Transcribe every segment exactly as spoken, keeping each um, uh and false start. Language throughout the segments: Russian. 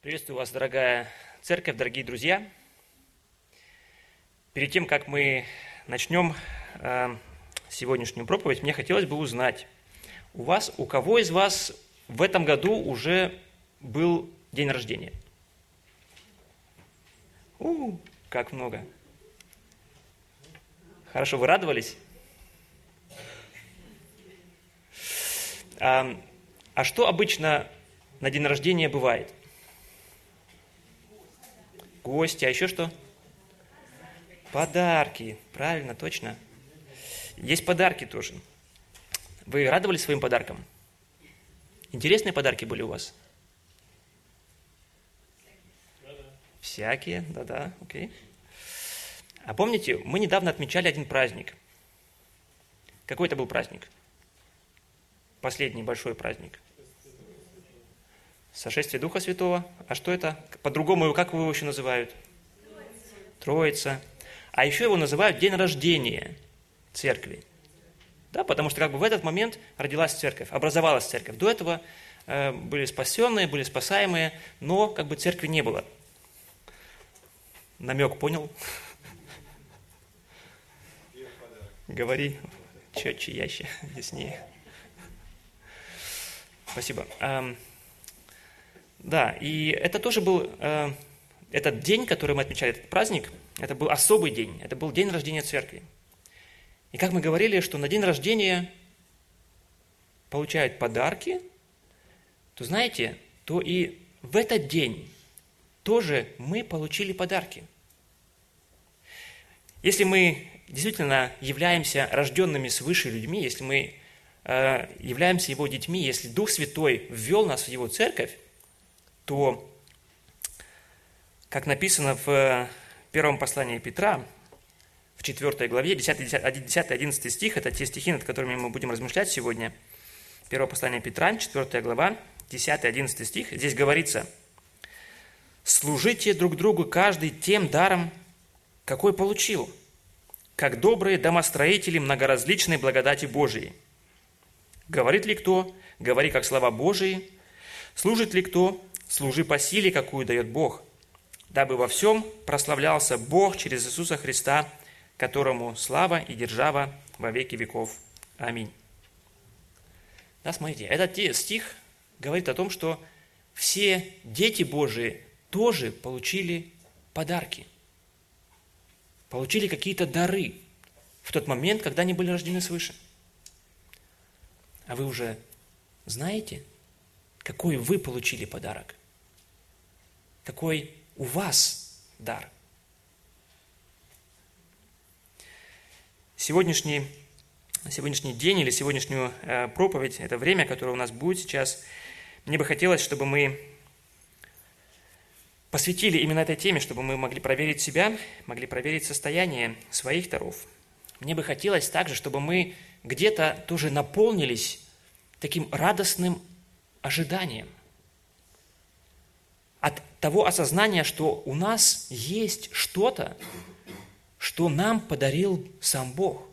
Приветствую вас, дорогая церковь, дорогие друзья. Перед тем, как мы начнем э, сегодняшнюю проповедь, мне хотелось бы узнать, у вас, у кого из вас в этом году уже был день рождения? У, как много. Хорошо, вы радовались? А, а что обычно на день рождения бывает? Гости, а еще что? Подарки, правильно, точно. Есть подарки тоже. Вы радовались своим подаркам? Интересные подарки были у вас? Всякие, да-да, окей. А помните, мы недавно отмечали один праздник. Какой это был праздник? Последний большой праздник. Сошествие Духа Святого. А что это? По-другому, как его еще называют? Троица. А еще его называют день рождения церкви. Да, потому что как бы в этот момент родилась церковь, образовалась церковь. До этого э, были спасенные, были спасаемые, но как бы церкви не было. Намек понял? Говори четче, яще, яснее. Спасибо. Да, и это тоже был, э, этот день, который мы отмечали, этот праздник, это был особый день, это был день рождения церкви. И как мы говорили, что на день рождения получают подарки, то знаете, то и в этот день тоже мы получили подарки. Если мы действительно являемся рожденными свыше людьми, если мы э, являемся Его детьми, если Дух Святой ввел нас в Его церковь, то, как написано в первом послании Петра, в четвёртой главе, десятый-одиннадцатый стих, это те стихи, над которыми мы будем размышлять сегодня. Первое послание Петра, четвёртая глава, десятый-одиннадцатый стих, здесь говорится: «Служите друг другу каждый тем даром, какой получил, как добрые домостроители многоразличной благодати Божией. Говорит ли кто, говори как слова Божии, служит ли кто, служи по силе, какую дает Бог, дабы во всем прославлялся Бог через Иисуса Христа, которому слава и держава во веки веков. Аминь». Да, смотрите, этот стих говорит о том, что все дети Божии тоже получили подарки, получили какие-то дары в тот момент, когда они были рождены свыше. А вы уже знаете, какой вы получили подарок? Какой у вас дар? Сегодняшний, сегодняшний день или сегодняшнюю э, проповедь, это время, которое у нас будет сейчас, мне бы хотелось, чтобы мы посвятили именно этой теме, чтобы мы могли проверить себя, могли проверить состояние своих даров. Мне бы хотелось также, чтобы мы где-то тоже наполнились таким радостным ожиданием от того осознания, что у нас есть что-то, что нам подарил сам Бог.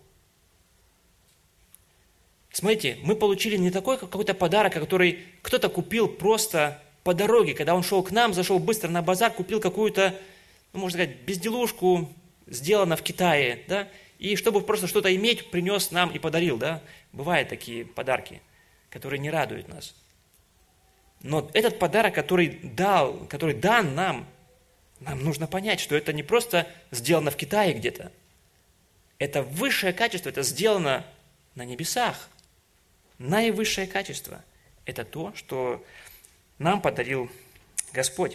Смотрите, мы получили не такой какой-то подарок, который кто-то купил просто по дороге, когда он шел к нам, зашел быстро на базар, купил какую-то, ну, можно сказать, безделушку, сделано в Китае, да, и чтобы просто что-то иметь, принес нам и подарил, да. Бывают такие подарки, которые не радуют нас. Но этот подарок, который дал, который дан нам, нам нужно понять, что это не просто сделано в Китае где-то. Это высшее качество, это сделано на небесах. Наивысшее качество – это то, что нам подарил Господь.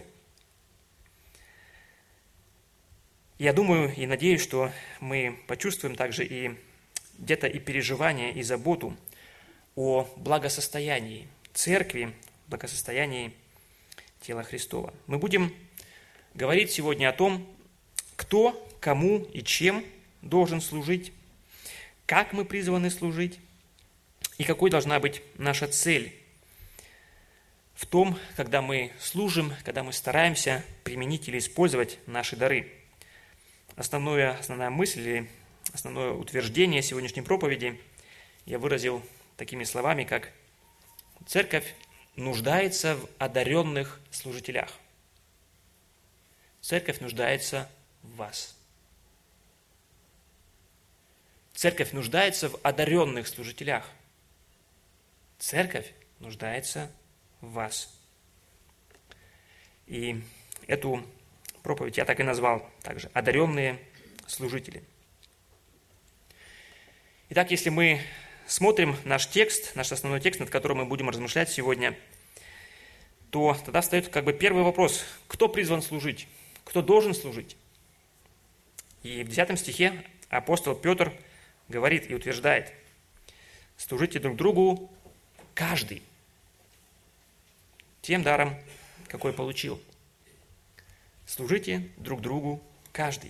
Я думаю и надеюсь, что мы почувствуем также и где-то и переживание, и заботу о благосостоянии церкви, благосостоянии тела Христова. Мы будем говорить сегодня о том, кто, кому и чем должен служить, как мы призваны служить и какой должна быть наша цель в том, когда мы служим, когда мы стараемся применить или использовать наши дары. Основное, основная мысль или основное утверждение сегодняшней проповеди я выразил такими словами, как «Церковь нуждается в одаренных служителях». церковь нуждается в вас. Церковь нуждается в одаренных служителях. Церковь нуждается в вас. И эту проповедь я так и назвал также «Одаренные служители». Итак, если мы смотрим наш текст, наш основной текст, над которым мы будем размышлять сегодня, то тогда встает как бы первый вопрос: кто призван служить? Кто должен служить? И в десятом стихе апостол Петр говорит и утверждает: служите друг другу каждый тем даром, какой получил. Служите друг другу каждый.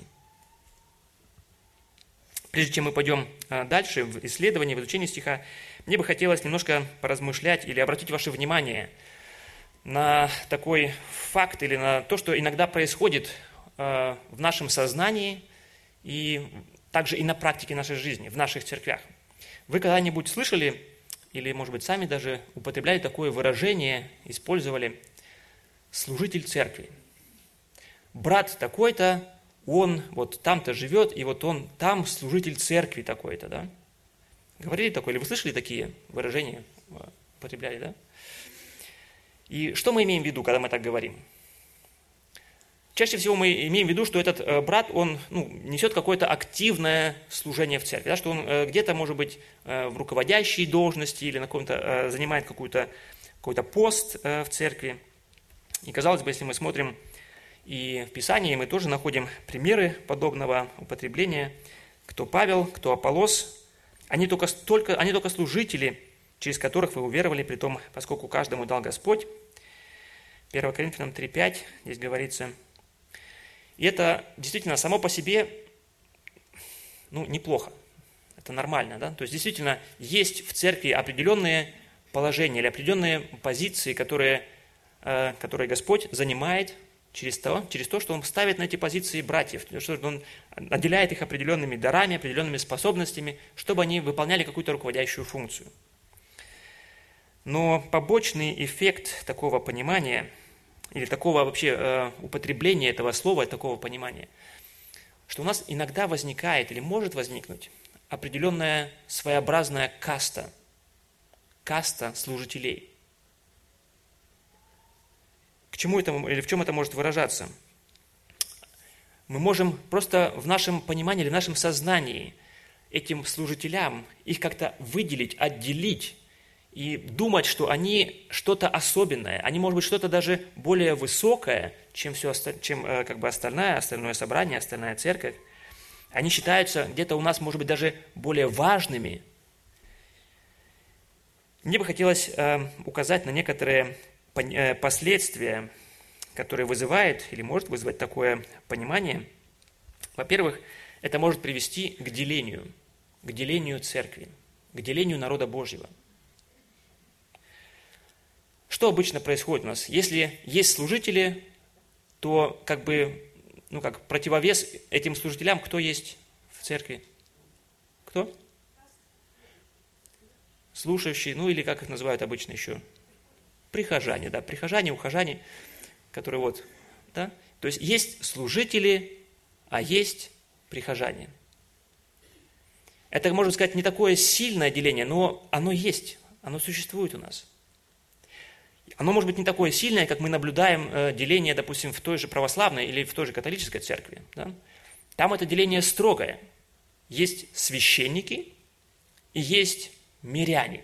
Прежде чем мы пойдем дальше в исследовании, в изучении стиха, мне бы хотелось немножко поразмышлять или обратить ваше внимание на такой факт или на то, что иногда происходит в нашем сознании и также и на практике нашей жизни, в наших церквях. Вы когда-нибудь слышали или, может быть, сами даже употребляли такое выражение, использовали: служитель церкви? Брат такой-то, он вот там-то живет, и вот он там служитель церкви такой-то, да? Говорили такое, или вы слышали такие выражения, употребляли, да? И что мы имеем в виду, когда мы так говорим? Чаще всего мы имеем в виду, что этот брат, он ну, несет какое-то активное служение в церкви, да, что он где-то, может быть, в руководящей должности или на каком-то, занимает какой-то, какой-то пост в церкви. И, казалось бы, если мы смотрим и в Писании, мы тоже находим примеры подобного употребления. Кто Павел, кто Аполлос, они только, только, они только служители, через которых вы уверовали, при том, поскольку каждому дал Господь. первое Коринфянам три пять здесь говорится. И это действительно само по себе ну, неплохо. Это нормально, да? То есть действительно есть в церкви определенные положения или определенные позиции, которые, которые Господь занимает через то, через то, что Он ставит на эти позиции братьев, что Он наделяет их определенными дарами, определенными способностями, чтобы они выполняли какую-то руководящую функцию. Но побочный эффект такого понимания или такого вообще э, употребления этого слова, такого понимания, что у нас иногда возникает или может возникнуть определенная своеобразная каста, каста служителей. К чему это или в чем это может выражаться? Мы можем просто в нашем понимании или в нашем сознании этим служителям их как-то выделить, отделить и думать, что они что-то особенное, они, может быть, что-то даже более высокое, чем, все, чем как бы остальное, остальное собрание, остальная церковь. Они считаются где-то у нас, может быть, даже более важными. Мне бы хотелось э, указать на некоторые последствия, которые вызывают или может вызвать такое понимание. Во-первых, это может привести к делению, к делению церкви, к делению народа Божьего. Что обычно происходит у нас? Если есть служители, то как бы, ну как противовес этим служителям, кто есть в церкви? Кто? Слушающие, ну или как их называют обычно еще? Прихожане, да, прихожане, ухожане, которые вот, да. То есть есть служители, а есть прихожане. Это, можно сказать, не такое сильное деление, но оно есть, оно существует у нас. Оно может быть не такое сильное, как мы наблюдаем э, деление, допустим, в той же православной или в той же католической церкви. Да? Там это деление строгое. Есть священники и есть миряне.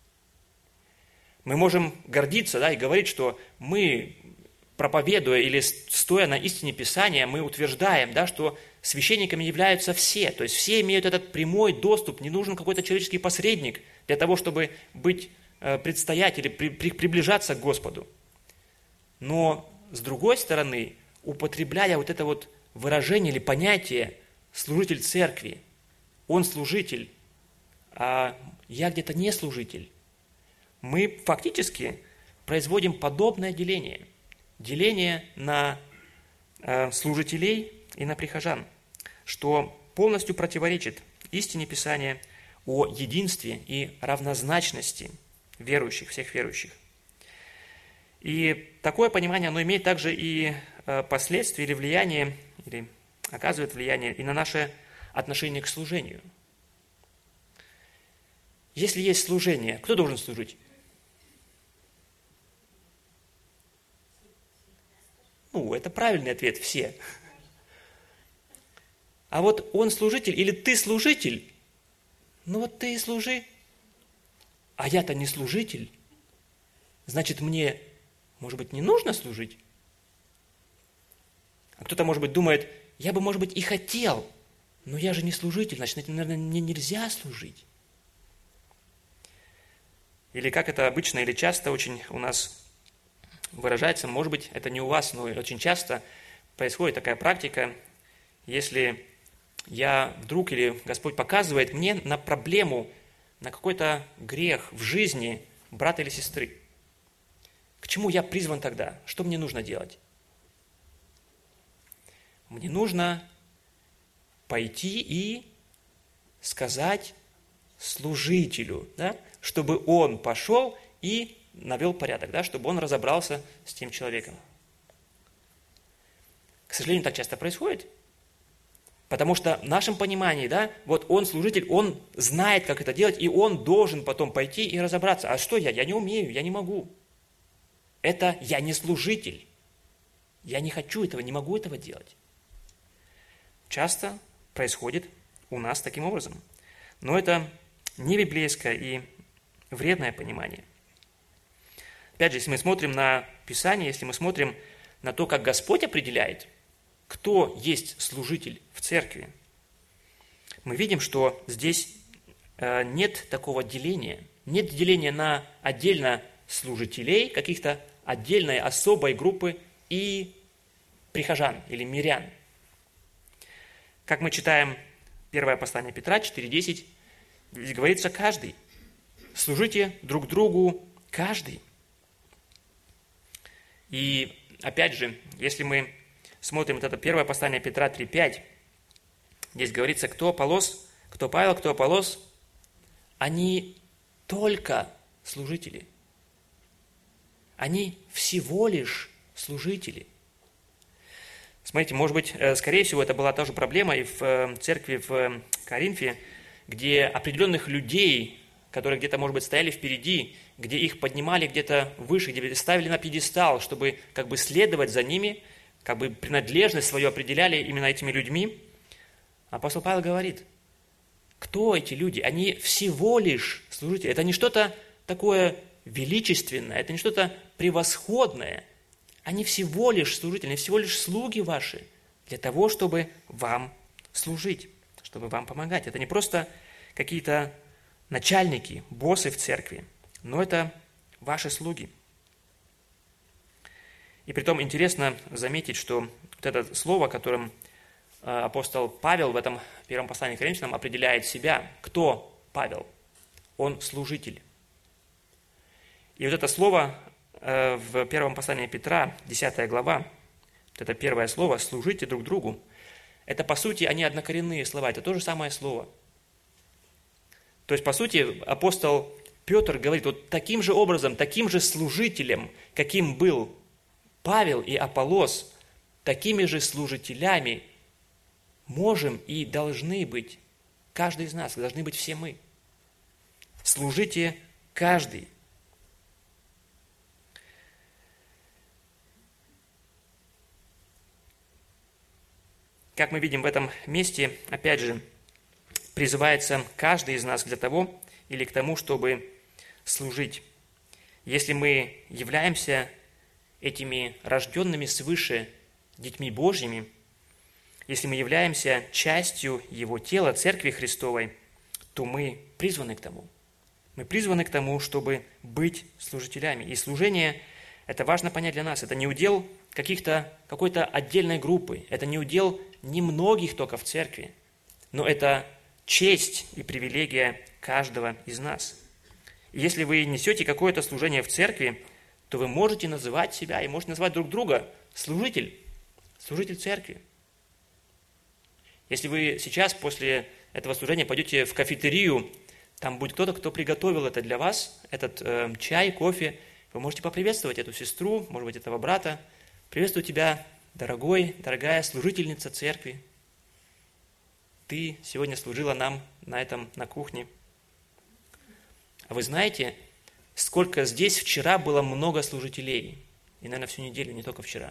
Мы можем гордиться, да, и говорить, что мы, проповедуя или стоя на истине Писания, мы утверждаем, да, что священниками являются все. То есть все имеют этот прямой доступ, не нужен какой-то человеческий посредник для того, чтобы быть предстоять или при, при, приближаться к Господу. Но, с другой стороны, употребляя вот это вот выражение или понятие «служитель церкви», он служитель, а я где-то не служитель, мы фактически производим подобное деление. Деление на э, служителей и на прихожан, что полностью противоречит истине Писания о единстве и равнозначности верующих, всех верующих. И такое понимание, оно имеет также и э, последствия или влияние, или оказывает влияние и на наше отношение к служению. Если есть служение, кто должен служить? Ну, это правильный ответ, все. А вот он служитель или ты служитель, ну вот ты и служи. А я-то не служитель. Значит, мне, может быть, не нужно служить? А кто-то, может быть, думает, я бы, может быть, и хотел, но я же не служитель, значит, наверное, мне нельзя служить. Или как это обычно или часто очень у нас выражается, может быть, это не у вас, но очень часто происходит такая практика, если я вдруг или Господь показывает мне на проблему, на какой-то грех в жизни брата или сестры. К чему я призван тогда? Что мне нужно делать? Мне нужно пойти и сказать служителю, да, чтобы он пошел и навел порядок, да, чтобы он разобрался с тем человеком. К сожалению, так часто происходит, потому что в нашем понимании, да, вот он служитель, он знает, как это делать, и он должен потом пойти и разобраться. А что я? Я не умею, я не могу. Это я не служитель. Я не хочу этого, не могу этого делать. Часто происходит у нас таким образом. Но это не библейское и вредное понимание. Опять же, если мы смотрим на Писание, если мы смотрим на то, как Господь определяет, кто есть служитель в церкви, мы видим, что здесь нет такого деления. Нет деления на отдельно служителей, каких-то отдельной особой группы и прихожан или мирян. Как мы читаем первое послание Петра четыре десять, здесь говорится каждый. Служите друг другу каждый. И опять же, если мы смотрим вот это первое послание Петра три пять, здесь говорится, кто Аполлос, кто Павел, кто Аполлос, они только служители. Они всего лишь служители. Смотрите, может быть, скорее всего, это была та же проблема и в церкви в Коринфе, где определенных людей, которые где-то, может быть, стояли впереди, где их поднимали где-то выше, где ставили на пьедестал, чтобы как бы следовать за ними, как бы принадлежность свою определяли именно этими людьми. Апостол Павел говорит, кто эти люди? Они всего лишь служители. Это не что-то такое величественное, это не что-то превосходное. Они всего лишь служители, они всего лишь слуги ваши для того, чтобы вам служить, чтобы вам помогать. Это не просто какие-то начальники, боссы в церкви, но это ваши слуги. И притом интересно заметить, что вот это слово, которым апостол Павел в этом первом послании к Коринфянам определяет себя, кто Павел? Он служитель. И вот это слово в первом послании Петра, десятая глава, вот это первое слово «служите друг другу», это, по сути, они однокоренные слова, это то же самое слово. То есть, по сути, апостол Петр говорит, вот таким же образом, таким же служителем, каким был Павел и Аполлос, такими же служителями можем и должны быть каждый из нас, должны быть все мы. Служите каждый. Как мы видим в этом месте, опять же, призывается каждый из нас для того или к тому, чтобы служить. Если мы являемся этими рожденными свыше детьми Божьими, если мы являемся частью Его тела, Церкви Христовой, то мы призваны к тому. Мы призваны к тому, чтобы быть служителями. И служение, это важно понять для нас, это не удел каких-то, какой-то отдельной группы, это не удел немногих только в церкви, но это честь и привилегия каждого из нас. И если вы несете какое-то служение в церкви, то вы можете называть себя и можете называть друг друга служитель, служитель церкви. Если вы сейчас после этого служения пойдете в кафетерию, там будет кто-то, кто приготовил это для вас, этот э, чай, кофе, вы можете поприветствовать эту сестру, может быть, этого брата, приветствую тебя дорогой, дорогая служительница церкви, ты сегодня служила нам на этом, на кухне. А вы знаете, сколько здесь вчера было много служителей? И, наверное, всю неделю, не только вчера.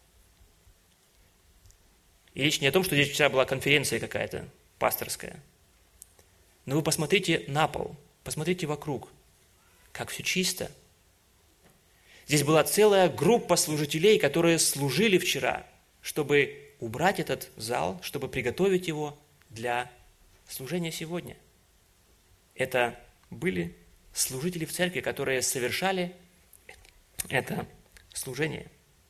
И речь не о том, что здесь вчера была конференция какая-то пасторская. Но вы посмотрите на пол, посмотрите вокруг, как все чисто. Здесь была целая группа служителей, которые служили вчера, чтобы убрать этот зал, чтобы приготовить его для служения сегодня. Это были служители в церкви, которые совершали это служение.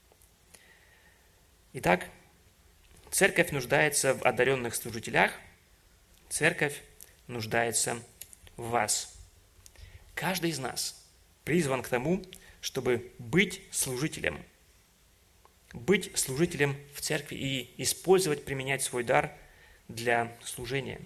Итак, церковь нуждается в одаренных служителях, церковь нуждается в вас. Каждый из нас призван к тому, чтобы быть служителем. Быть служителем в церкви и использовать, применять свой дар для служения.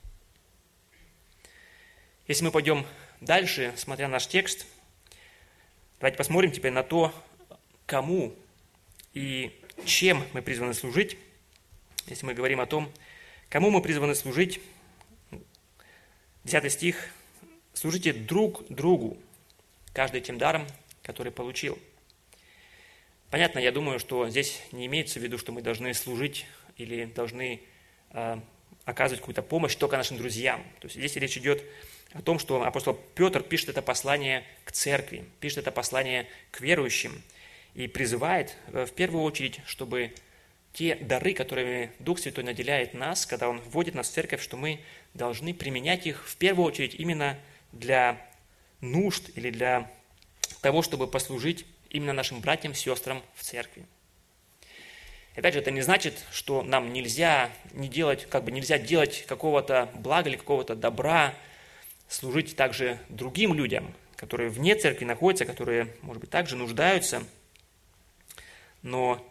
Если мы пойдем дальше, смотря наш текст, давайте посмотрим теперь на то, кому и чем мы призваны служить. Если мы говорим о том, кому мы призваны служить, десятый стих, служите друг другу, каждый тем даром, который получил. Понятно, я думаю, что здесь не имеется в виду, что мы должны служить или должны э, оказывать какую-то помощь только нашим друзьям. То есть здесь речь идет о том, что апостол Петр пишет это послание к церкви, пишет это послание к верующим и призывает в первую очередь, чтобы те дары, которыми Дух Святой наделяет нас, когда Он вводит нас в церковь, что мы должны применять их в первую очередь именно для нужд или для того, чтобы послужить именно нашим братьям, сестрам в церкви. Опять же, это не значит, что нам нельзя не делать, как бы нельзя делать какого-то блага или какого-то добра, служить также другим людям, которые вне церкви находятся, которые, может быть, также нуждаются. Но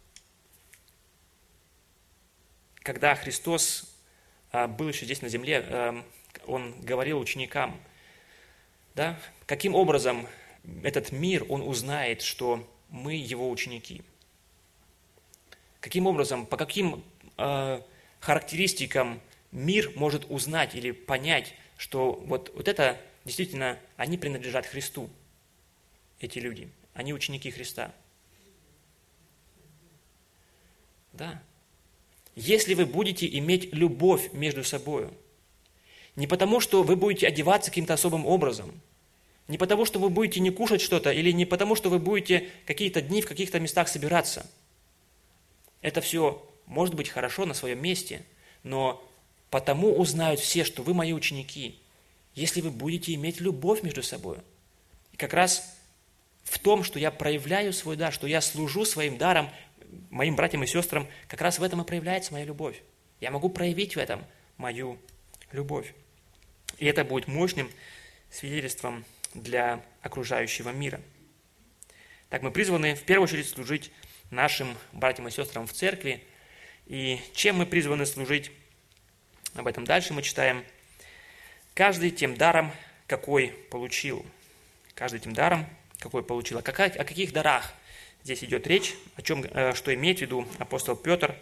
когда Христос был еще здесь на земле, Он говорил ученикам, да, каким образом этот мир, он узнает, что мы его ученики. Каким образом, по каким э, характеристикам мир может узнать или понять, что вот, вот это действительно, они принадлежат Христу, эти люди, они ученики Христа. Да. Если вы будете иметь любовь между собой, не потому, что вы будете одеваться каким-то особым образом, не потому, что вы будете не кушать что-то, или не потому, что вы будете какие-то дни в каких-то местах собираться. Это все может быть хорошо на своем месте, но потому узнают все, что вы мои ученики, если вы будете иметь любовь между собой. И как раз в том, что я проявляю свой дар, что я служу своим даром моим братьям и сестрам, как раз в этом и проявляется моя любовь. Я могу проявить в этом мою любовь. И это будет мощным свидетельством для окружающего мира. Так мы призваны в первую очередь служить нашим братьям и сестрам в церкви. И чем мы призваны служить? Об этом дальше мы читаем. Каждый тем даром, какой получил. Каждый тем даром, какой получил. О каких, о каких дарах здесь идет речь? О чем, что имеет в виду апостол Петр?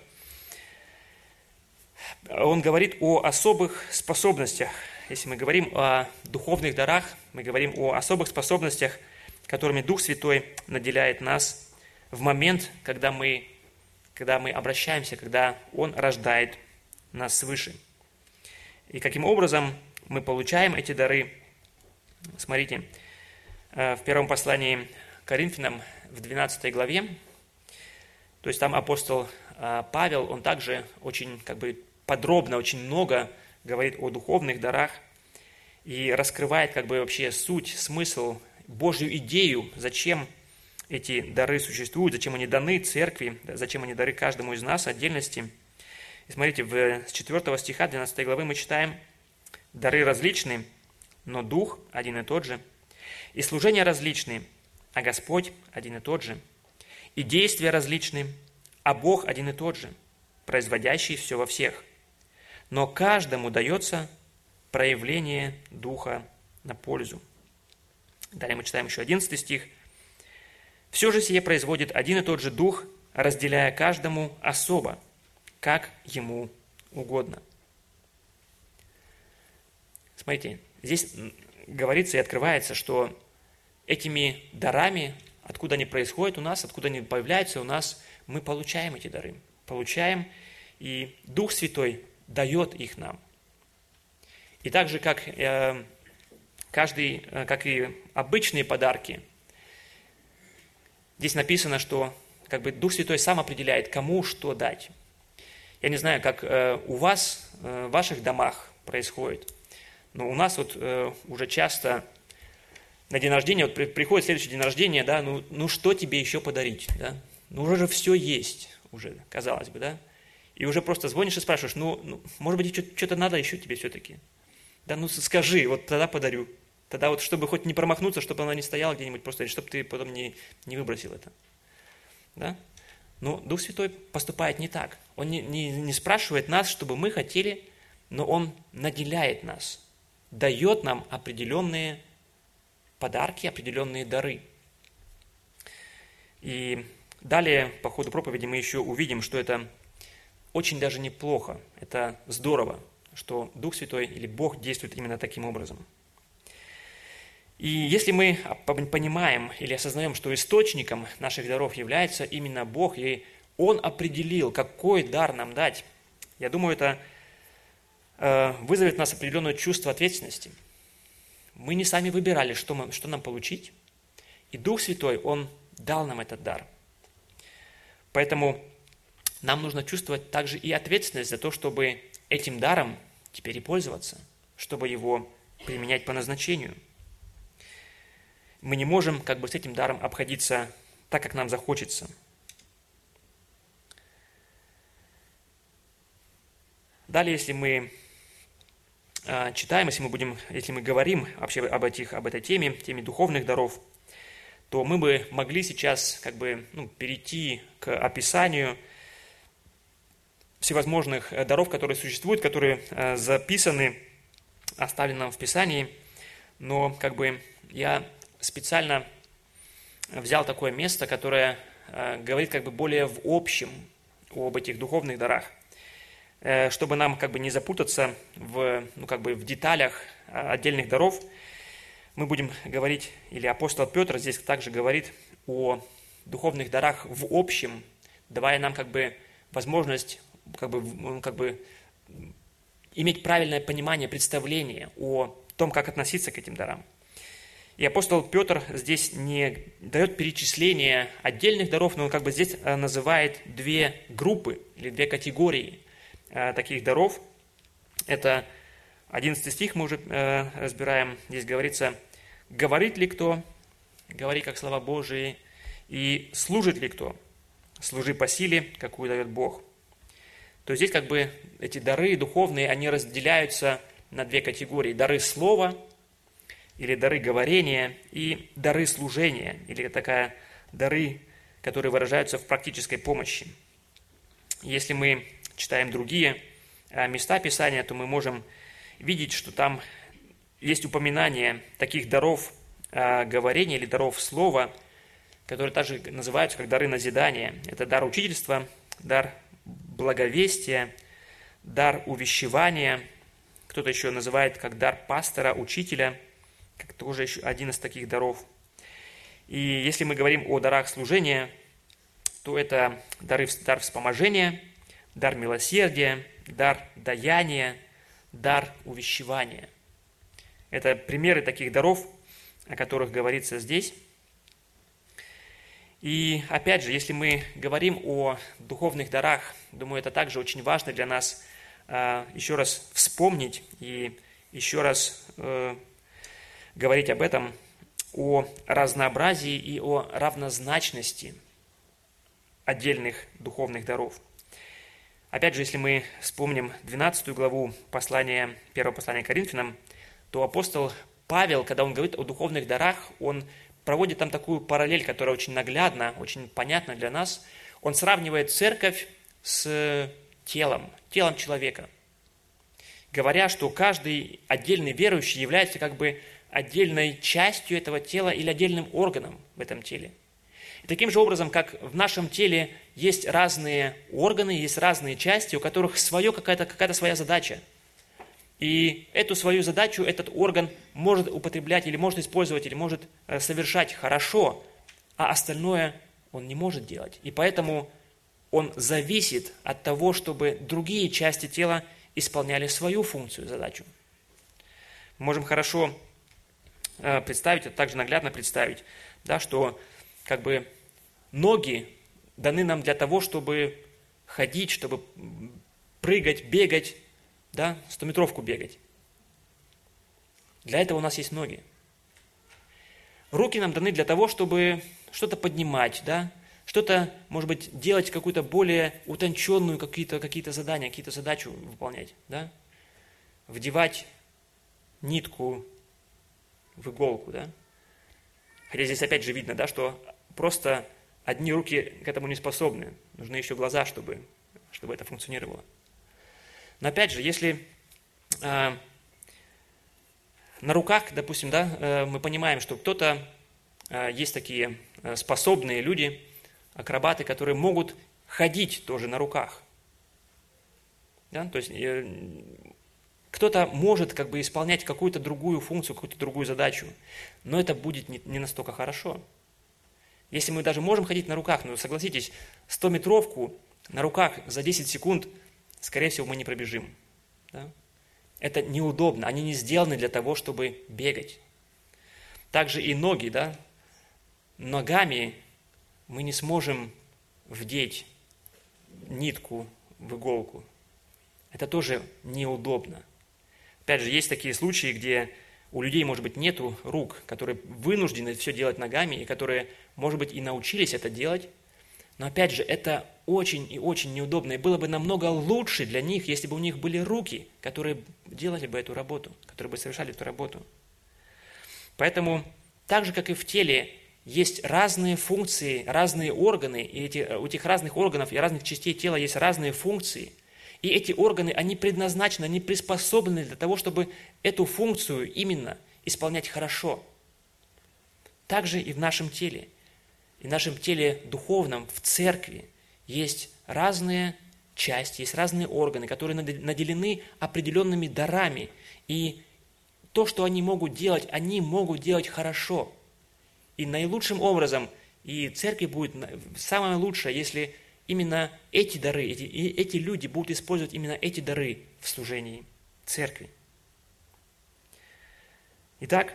Он говорит о особых способностях. Если мы говорим о духовных дарах, мы говорим о особых способностях, которыми Дух Святой наделяет нас в момент, когда мы, когда мы обращаемся, когда Он рождает нас свыше. И каким образом мы получаем эти дары? Смотрите, в первом послании к Коринфянам в двенадцатой главе, то есть там апостол Павел, он также очень как бы подробно, очень много говорит о духовных дарах и раскрывает как бы вообще суть, смысл, Божью идею, зачем эти дары существуют, зачем они даны церкви, зачем они дары каждому из нас в отдельности. И смотрите, в, с четвёртого стиха двенадцатой главы мы читаем: «Дары различны, но Дух один и тот же, и служения различны, а Господь один и тот же, и действия различны, а Бог один и тот же, производящий все во всех. Но каждому дается проявление Духа на пользу». Далее мы читаем еще одиннадцатый стих. «Все же сие производит один и тот же Дух, разделяя каждому особо, как ему угодно. Смотрите, здесь говорится и открывается, что этими дарами, откуда они происходят у нас, откуда они появляются у нас, мы получаем эти дары. Получаем, и Дух Святой дает их нам. И так же, как, э, каждый, как и обычные подарки, здесь написано, что как бы Дух Святой сам определяет, кому что дать. Я не знаю, как э, у вас, э, в ваших домах происходит, но у нас вот э, уже часто на день рождения, вот при, приходит следующий день рождения, да, ну, ну что тебе еще подарить, да? Ну уже же все есть, уже, казалось бы, да? И уже просто звонишь и спрашиваешь, ну, ну может быть, что-то надо еще тебе все-таки? Да ну скажи, вот тогда подарю. Тогда вот, чтобы хоть не промахнуться, чтобы она не стояла где-нибудь просто, чтобы ты потом не, не выбросил это. Да? Но Дух Святой поступает не так. Он не, не, не спрашивает нас, чтобы мы хотели, но Он наделяет нас, дает нам определенные подарки, определенные дары. И далее по ходу проповеди мы еще увидим, что это очень даже неплохо, это здорово, что Дух Святой или Бог действует именно таким образом. И если мы понимаем или осознаем, что источником наших даров является именно Бог, и Он определил, какой дар нам дать, я думаю, это вызовет в нас определенное чувство ответственности. Мы не сами выбирали, что, мы, что нам получить, и Дух Святой, Он дал нам этот дар. Поэтому нам нужно чувствовать также и ответственность за то, чтобы этим даром теперь и пользоваться, чтобы его применять по назначению. Мы не можем как бы с этим даром обходиться так, как нам захочется. Далее, если мы э, читаем, если мы будем, если мы говорим вообще об, этих, об этой теме, теме духовных даров, то мы бы могли сейчас как бы ну, перейти к описанию всевозможных даров, которые существуют, которые э, записаны, оставлены нам в Писании, но как бы я специально взял такое место, которое э, говорит как бы более в общем об этих духовных дарах, э, чтобы нам как бы не запутаться в, ну, как бы в деталях отдельных даров. Мы будем говорить, или апостол Петр здесь также говорит о духовных дарах в общем, давая нам как бы возможность как бы, как бы иметь правильное понимание, представление о том, как относиться к этим дарам. И апостол Петр здесь не дает перечисления отдельных даров, но он как бы здесь называет две группы или две категории таких даров. Это одиннадцатый стих мы уже разбираем. Здесь говорится: «Говорит ли кто? Говори, как слова Божии. И служит ли кто? Служи по силе, какую дает Бог». То есть здесь как бы эти дары духовные, они разделяются на две категории. Дары слова или дары говорения и дары служения, или такая дары, которые выражаются в практической помощи. Если мы читаем другие места Писания, то мы можем видеть, что там есть упоминание таких даров говорения или даров слова, которые также называются как дары назидания. Это дар учительства, дар благовестия, дар увещевания, кто-то еще называет как дар пастора, учителя, как тоже еще один из таких даров. И если мы говорим о дарах служения, то это дары, дар вспоможения, дар милосердия, дар даяния, дар увещевания. Это примеры таких даров, о которых говорится здесь. И опять же, если мы говорим о духовных дарах, думаю, это также очень важно для нас э, еще раз вспомнить и еще раз э, говорить об этом, о разнообразии и о равнозначности отдельных духовных даров. Опять же, если мы вспомним двенадцатую главу послания, первого послания к Коринфянам, то апостол Павел, когда он говорит о духовных дарах, он проводит там такую параллель, которая очень наглядна, очень понятна для нас. Он сравнивает церковь с телом, телом человека, говоря, что каждый отдельный верующий является как бы отдельной частью этого тела или отдельным органом в этом теле. И таким же образом, как в нашем теле есть разные органы, есть разные части, у которых свое, какая-то, какая-то своя задача. И эту свою задачу этот орган может употреблять или может использовать, или может совершать хорошо, а остальное он не может делать. И поэтому он зависит от того, чтобы другие части тела исполняли свою функцию, задачу. Мы можем хорошо представить, а также наглядно представить, да, что как бы ноги даны нам для того, чтобы ходить, чтобы прыгать, бегать, да, стометровку бегать. Для этого у нас есть ноги. Руки нам даны для того, чтобы что-то поднимать, да, что-то, может быть, делать какую-то более утонченную, какие-то, какие-то задания, какие-то задачи выполнять, да, вдевать нитку в иголку, да. Хотя здесь опять же видно, да, что просто одни руки к этому не способны, нужны еще глаза, чтобы, чтобы это функционировало. Но опять же, если э, на руках, допустим, да, э, мы понимаем, что кто-то, э, есть такие э, способные люди, акробаты, которые могут ходить тоже на руках. Да? То есть э, кто-то может как бы исполнять какую-то другую функцию, какую-то другую задачу, но это будет не, не настолько хорошо. Если мы даже можем ходить на руках, но согласитесь, стометровку на руках за десять секунд, скорее всего, мы не пробежим. Да? Это неудобно, они не сделаны для того, чтобы бегать. Также и ноги, да? Ногами мы не сможем вдеть нитку в иголку. Это тоже неудобно. Опять же, есть такие случаи, где у людей, может быть, нету рук, которые вынуждены все делать ногами, и которые, может быть, и научились это делать. Но опять же, это очень и очень неудобно. И было бы намного лучше для них, если бы у них были руки, которые делали бы эту работу, которые бы совершали эту работу. Поэтому, так же, как и в теле, есть разные функции, разные органы, и эти, у этих разных органов и разных частей тела есть разные функции. И эти органы, они предназначены, они приспособлены для того, чтобы эту функцию именно исполнять хорошо. Так же и в нашем теле. И в нашем теле духовном, в церкви, есть разные части, есть разные органы, которые наделены определенными дарами. И то, что они могут делать, они могут делать хорошо. И наилучшим образом, и церкви будет самое лучшее, если именно эти дары, эти, эти люди будут использовать именно эти дары в служении церкви. Итак,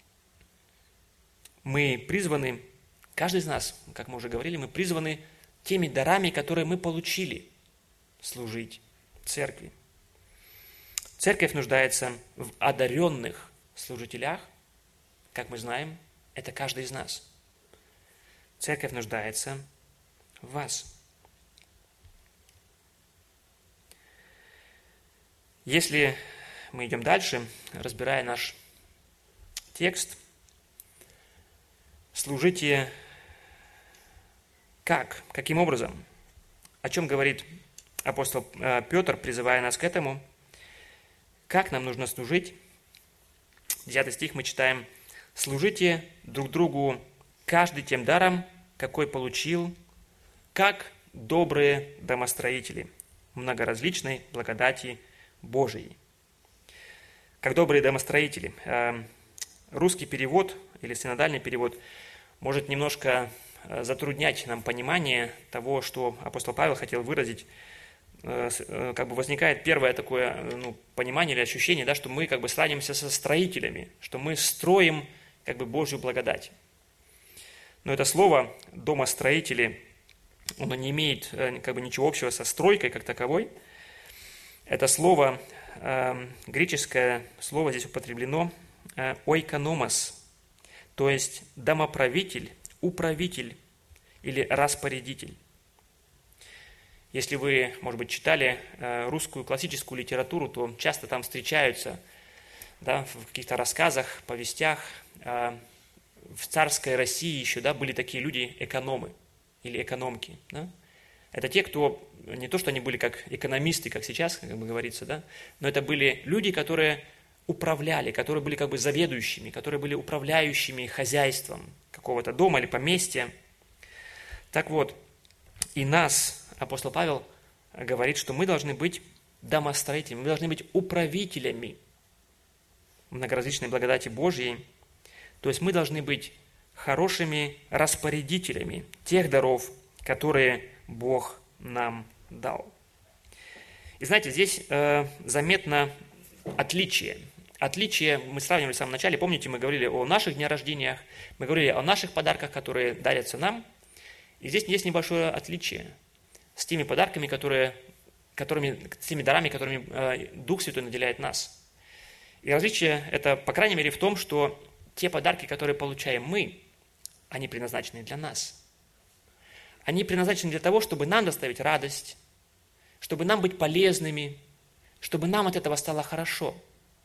мы призваны, каждый из нас, как мы уже говорили, мы призваны теми дарами, которые мы получили, служить церкви. Церковь нуждается в одаренных служителях, как мы знаем, это каждый из нас. Церковь нуждается в вас. Если мы идем дальше, разбирая наш текст, служите как? Каким образом? О чем говорит апостол Петр, призывая нас к этому? Как нам нужно служить? Десятый стих мы читаем: «Служите друг другу каждый тем даром, какой получил, как добрые домостроители многоразличной благодати Божией». Как добрые домостроители. Русский перевод или синодальный перевод может немножко затруднять нам понимание того, что апостол Павел хотел выразить. Как бы возникает первое такое ну, понимание или ощущение, да, что мы как бы сравнимся со строителями, что мы строим как бы Божью благодать. Но это слово «домостроители», оно не имеет как бы ничего общего со стройкой как таковой. Это слово, э, греческое слово здесь употреблено э, «ойкономос», то есть домоправитель, управитель или распорядитель. Если вы, может быть, читали э, русскую классическую литературу, то часто там встречаются да, в каких-то рассказах, повестях. Э, в царской России еще да, были такие люди экономы или экономки. Да? Это те, кто, не то, что они были как экономисты, как сейчас, как бы говорится, да, но это были люди, которые управляли, которые были как бы заведующими, которые были управляющими хозяйством какого-то дома или поместья. Так вот, и нас апостол Павел говорит, что мы должны быть домостроителями, мы должны быть управителями многоразличной благодати Божьей. То есть мы должны быть хорошими распорядителями тех даров, которые Бог нам дал. И знаете, здесь э, заметно отличие. Отличие мы сравнивали в самом начале. Помните, мы говорили о наших днях рождениях, мы говорили о наших подарках, которые дарятся нам. И здесь есть небольшое отличие с теми подарками, которые, которыми, с теми дарами, которыми э, Дух Святой наделяет нас. И различие это, по крайней мере, в том, что те подарки, которые получаем мы, они предназначены для нас. Они предназначены для того, чтобы нам доставить радость, чтобы нам быть полезными, чтобы нам от этого стало хорошо.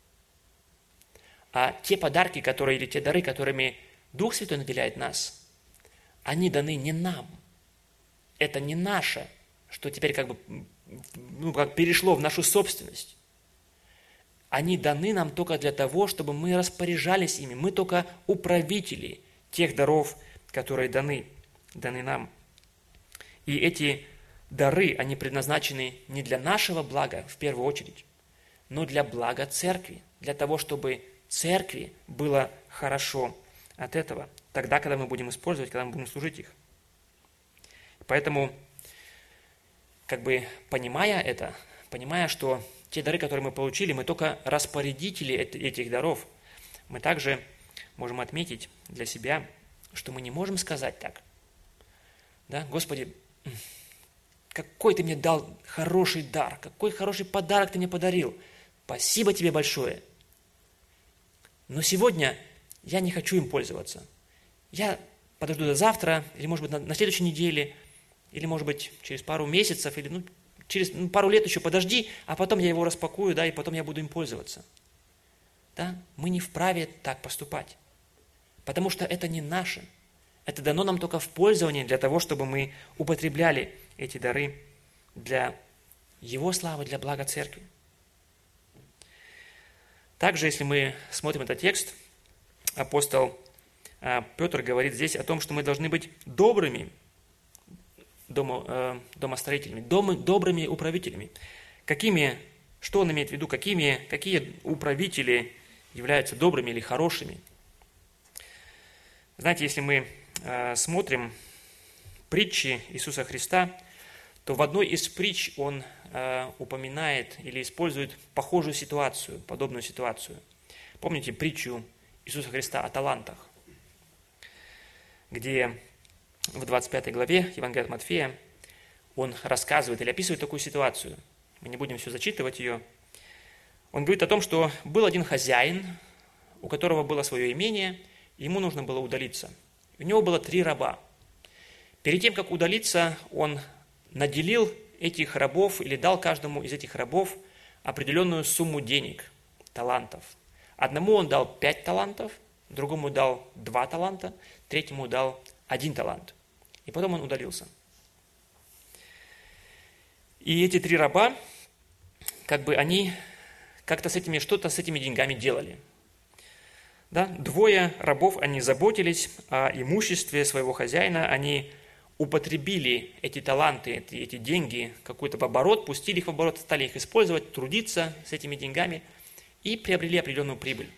А те подарки, которые, или те дары, которыми Дух Святой наделяет нас, они даны не нам. Это не наше, что теперь как бы ну, как перешло в нашу собственность. Они даны нам только для того, чтобы мы распоряжались ими. Мы только управители тех даров, которые даны, даны нам. И эти дары, они предназначены не для нашего блага в первую очередь, но для блага церкви, для того, чтобы церкви было хорошо от этого, тогда, когда мы будем использовать, когда мы будем служить их. Поэтому, как бы понимая это, понимая, что те дары, которые мы получили, мы только распорядители этих даров, мы также можем отметить для себя, что мы не можем сказать так. Да? Господи, какой ты мне дал хороший дар, какой хороший подарок ты мне подарил. Спасибо тебе большое. Но сегодня я не хочу им пользоваться. Я подожду до завтра, или, может быть, на, на следующей неделе, или, может быть, через пару месяцев, или ну, через ну, пару лет еще подожди, а потом я его распакую, да, и потом я буду им пользоваться. Да? Мы не вправе так поступать, потому что это не наше. Это дано нам только в пользование для того, чтобы мы употребляли эти дары для Его славы, для блага церкви. Также, если мы смотрим этот текст, апостол Петр говорит здесь о том, что мы должны быть добрыми домо, домостроителями, дом, добрыми управителями. Какими, что он имеет в виду, какими, какие управители являются добрыми или хорошими? Знаете, если мы э, смотрим притчи Иисуса Христа, то в одной из притч он э, упоминает или использует похожую ситуацию, подобную ситуацию. Помните притчу Иисуса Христа о талантах, где в двадцать пятой главе Евангелия от Матфея он рассказывает или описывает такую ситуацию. Мы не будем все зачитывать ее. Он говорит о том, что был один хозяин, у которого было свое имение, и ему нужно было удалиться. У него было три раба. Перед тем, как удалиться, он наделил этих рабов или дал каждому из этих рабов определенную сумму денег, талантов. Одному он дал пять талантов, другому дал два таланта, третьему дал один талант. И потом он удалился. И эти три раба, как бы они как-то с этими, что-то с этими деньгами делали. Да? Двое рабов, они заботились о имуществе своего хозяина, они употребили эти таланты, эти, эти деньги какой-то в оборот, пустили их в оборот, стали их использовать, трудиться с этими деньгами и приобрели определенную прибыль.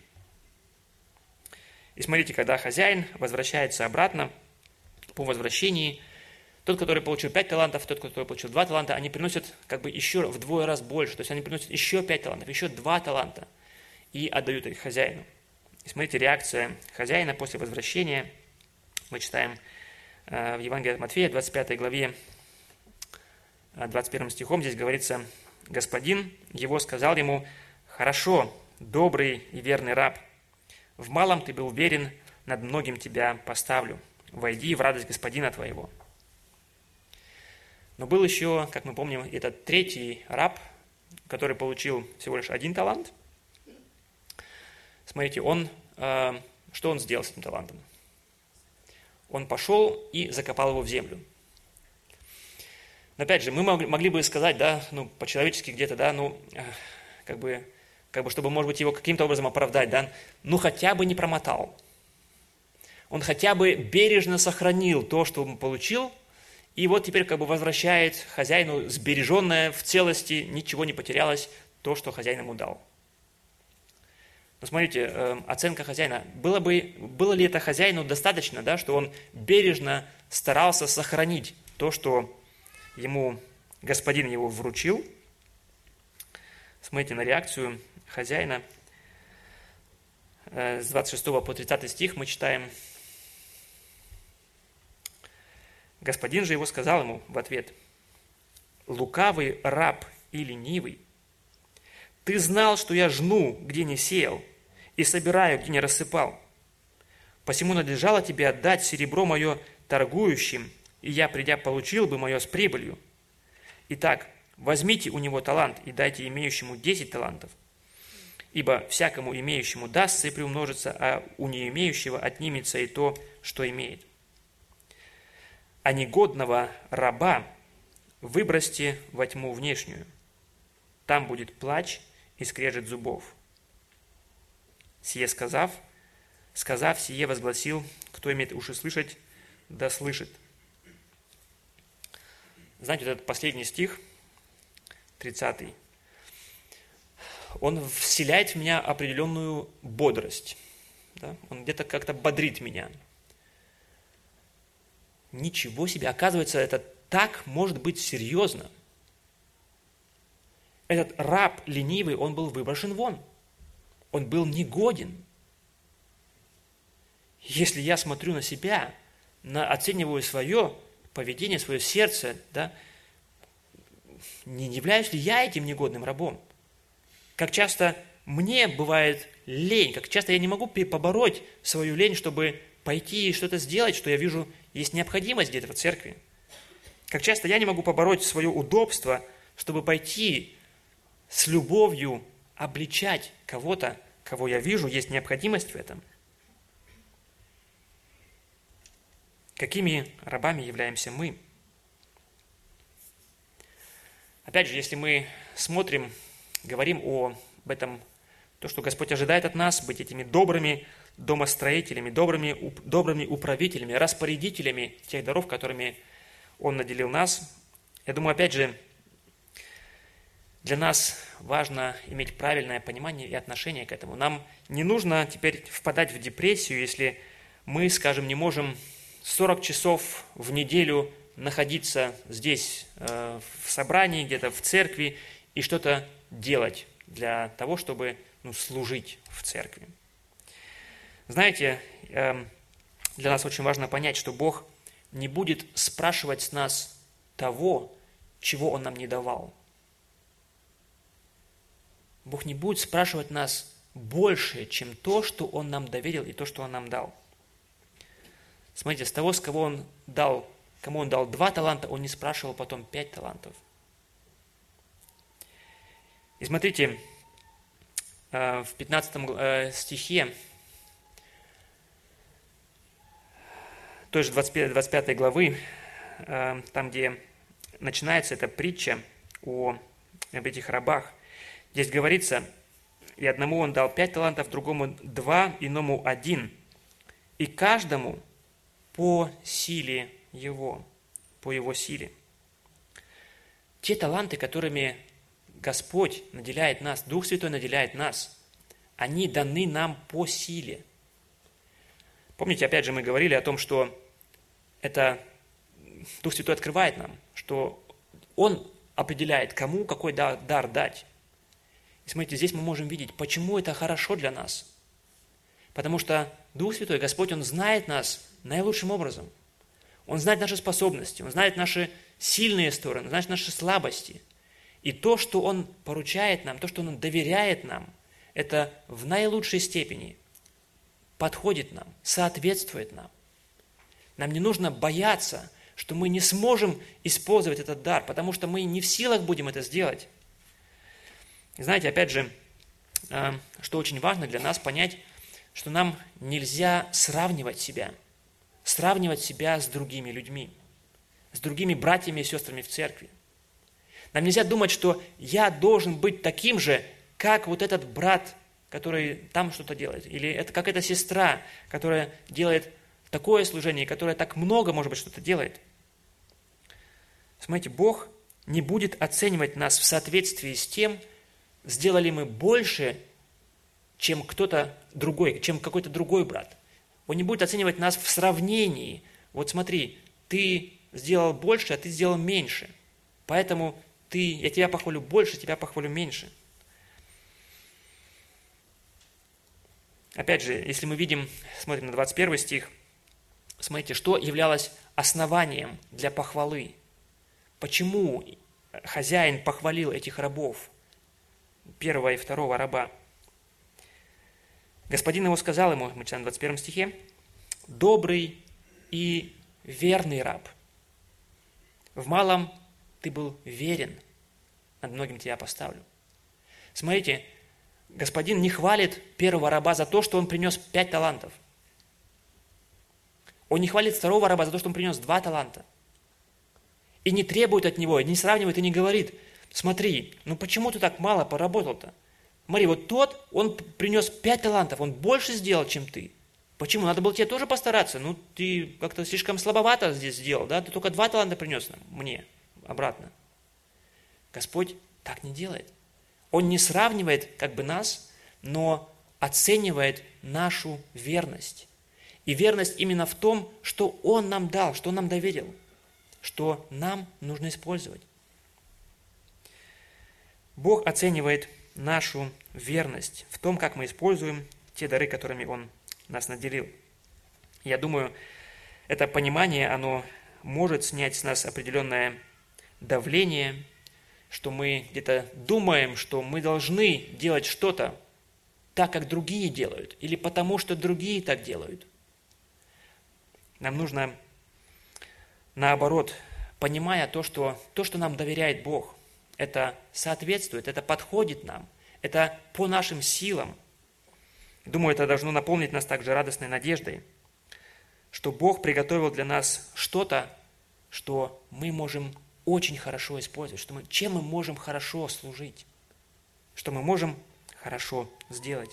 И смотрите, когда хозяин возвращается обратно, по возвращении, тот, который получил пять талантов, тот, который получил два таланта, они приносят как бы еще вдвое раз больше, то есть они приносят еще пять талантов, еще два таланта и отдают их хозяину. И смотрите, реакция хозяина после возвращения. Мы читаем в Евангелии от Матфея, двадцать пятой главе, двадцать первым стихом, здесь говорится: «Господин его сказал ему: хорошо, добрый и верный раб, в малом ты был верен, над многим тебя поставлю. Войди в радость господина твоего». Но был еще, как мы помним, этот третий раб, который получил всего лишь один талант. Смотрите, он, э, что он сделал с этим талантом? Он пошел и закопал его в землю. Но опять же, мы могли бы сказать, да, ну, по-человечески где-то, да, ну, э, как бы, как бы, чтобы, может быть, его каким-то образом оправдать, да, ну, хотя бы не промотал. Он хотя бы бережно сохранил то, что он получил, и вот теперь как бы возвращает хозяину сбереженное в целости, ничего не потерялось, то, что хозяин ему дал. Но смотрите, э, оценка хозяина. Было, бы, было ли это хозяину достаточно, да, что он бережно старался сохранить то, что ему господин его вручил? Смотрите на реакцию хозяина. Э, с двадцать шестого по тридцатый стих мы читаем. Господин же его сказал ему в ответ: «Лукавый раб и ленивый, ты знал, что я жну, где не сеял, и собираю, где не рассыпал. Посему надлежало тебе отдать серебро мое торгующим, и я, придя, получил бы мое с прибылью. Итак, возьмите у него талант и дайте имеющему десять талантов. Ибо всякому имеющему дастся и приумножится, а у не имеющего отнимется и то, что имеет. А негодного раба выбросьте во тьму внешнюю. Там будет плач и скрежет зубов». Сие сказав, сказав, сие возгласил: «Кто имеет уши слышать, да слышит». Знаете, вот этот последний стих, тридцатый, он вселяет в меня определенную бодрость. Да? Он где-то как-то бодрит меня. Ничего себе, оказывается, это так может быть серьезно. Этот раб ленивый, он был выброшен вон. Он был негоден. Если я смотрю на себя, на, оцениваю свое поведение, свое сердце, да, не являюсь ли я этим негодным рабом? Как часто мне бывает лень, как часто я не могу побороть свою лень, чтобы пойти и что-то сделать, что я вижу, есть необходимость где-то в церкви. Как часто я не могу побороть свое удобство, чтобы пойти с любовью обличать кого-то, кого я вижу, есть необходимость в этом. Какими рабами являемся мы? Опять же, если мы смотрим, говорим о, об этом, то, что Господь ожидает от нас, быть этими добрыми домостроителями, добрыми, добрыми управителями, распорядителями тех даров, которыми Он наделил нас, я думаю, опять же, для нас важно иметь правильное понимание и отношение к этому. Нам не нужно теперь впадать в депрессию, если мы, скажем, не можем сорок часов в неделю находиться здесь, э, в собрании, где-то в церкви, и что-то делать для того, чтобы ну, служить в церкви. Знаете, э, для нас очень важно понять, что Бог не будет спрашивать с нас того, чего Он нам не давал. Бог не будет спрашивать нас больше, чем то, что Он нам доверил и то, что Он нам дал. Смотрите, с того, с кого Он дал, кому Он дал два таланта, Он не спрашивал потом пять талантов. И смотрите, в пятнадцатом стихе той же двадцать пятой главы, там, где начинается эта притча о, об этих рабах, здесь говорится: «И одному он дал пять талантов, другому два, иному один, и каждому по силе его, по его силе». Те таланты, которыми Господь наделяет нас, Дух Святой наделяет нас, они даны нам по силе. Помните, опять же, мы говорили о том, что это Дух Святой открывает нам, что Он определяет, кому какой дар дать. И смотрите, здесь мы можем видеть, почему это хорошо для нас. Потому что Дух Святой, Господь, Он знает нас наилучшим образом. Он знает наши способности, Он знает наши сильные стороны, знает наши слабости. И то, что Он поручает нам, то, что Он доверяет нам, это в наилучшей степени подходит нам, соответствует нам. Нам не нужно бояться, что мы не сможем использовать этот дар, потому что мы не в силах будем это сделать. И знаете, опять же, что очень важно для нас понять, что нам нельзя сравнивать себя, сравнивать себя с другими людьми, с другими братьями и сестрами в церкви. Нам нельзя думать, что я должен быть таким же, как вот этот брат, который там что-то делает, или это как эта сестра, которая делает такое служение, которая так много, может быть, что-то делает. Смотрите, Бог не будет оценивать нас в соответствии с тем, сделали мы больше, чем кто-то другой, чем какой-то другой брат. Он не будет оценивать нас в сравнении. Вот смотри, ты сделал больше, а ты сделал меньше. Поэтому ты, я тебя похвалю больше, тебя похвалю меньше. Опять же, если мы видим, смотрим на двадцать первый стих, смотрите, что являлось основанием для похвалы. Почему хозяин похвалил этих рабов, первого и второго раба? Господин его сказал ему, мы читаем в двадцать первом стихе, «Добрый и верный раб. В малом ты был верен, над многим тебя поставлю». Смотрите, господин не хвалит первого раба за то, что он принес пять талантов. Он не хвалит второго раба за то, что он принес два таланта. И не требует от него, не сравнивает и не говорит, смотри, ну почему ты так мало поработал-то? Смотри, вот тот, он принес пять талантов, он больше сделал, чем ты. Почему? Надо было тебе тоже постараться. Ну, ты как-то слишком слабовато здесь сделал, да? Ты только два таланта принес нам, мне, обратно. Господь так не делает. Он не сравнивает как бы нас, но оценивает нашу верность. И верность именно в том, что Он нам дал, что Он нам доверил, что нам нужно использовать. Бог оценивает нашу верность в том, как мы используем те дары, которыми Он нас наделил. Я думаю, это понимание, оно может снять с нас определенное давление, что мы где-то думаем, что мы должны делать что-то так, как другие делают, или потому, что другие так делают. Нам нужно, наоборот, понимая то, что то, что нам доверяет Бог, это соответствует, это подходит нам, это по нашим силам. Думаю, это должно наполнить нас также радостной надеждой, что Бог приготовил для нас что-то, что мы можем очень хорошо использовать, что мы, чем мы можем хорошо служить, что мы можем хорошо сделать.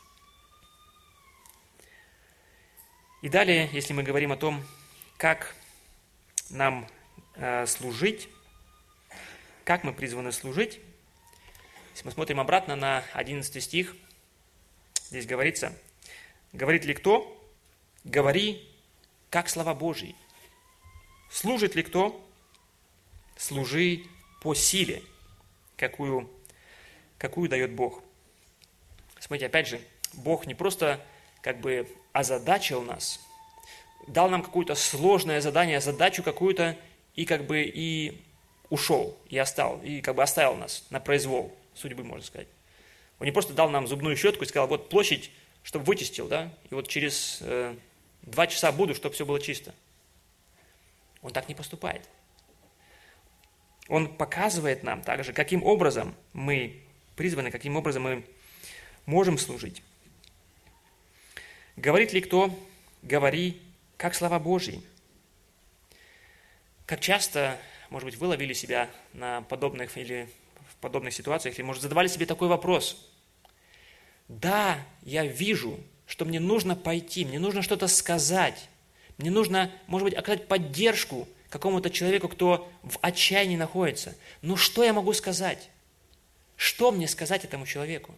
И далее, если мы говорим о том, как нам э, служить, как мы призваны служить, если мы смотрим обратно на одиннадцатый стих, здесь говорится, «Говорит ли кто? Говори, как слова Божьи. Служит ли кто? Служи по силе, какую, какую дает Бог». Смотрите, опять же, Бог не просто как бы озадачил нас, дал нам какое-то сложное задание, задачу какую-то, и как бы и ушел, и оставил, и как бы оставил нас на произвол судьбы, можно сказать. Он не просто дал нам зубную щетку и сказал, вот площадь, чтобы вычистил, да, и вот через э, два часа буду, чтобы все было чисто. Он так не поступает. Он показывает нам также, каким образом мы призваны, каким образом мы можем служить. Говорит ли кто? Говори, как слова Божьи. Как часто, может быть, вы ловили себя на подобных или в подобных ситуациях, или, может, задавали себе такой вопрос. Да, я вижу, что мне нужно пойти, мне нужно что-то сказать, мне нужно, может быть, оказать поддержку какому-то человеку, кто в отчаянии находится. Но что я могу сказать? Что мне сказать этому человеку?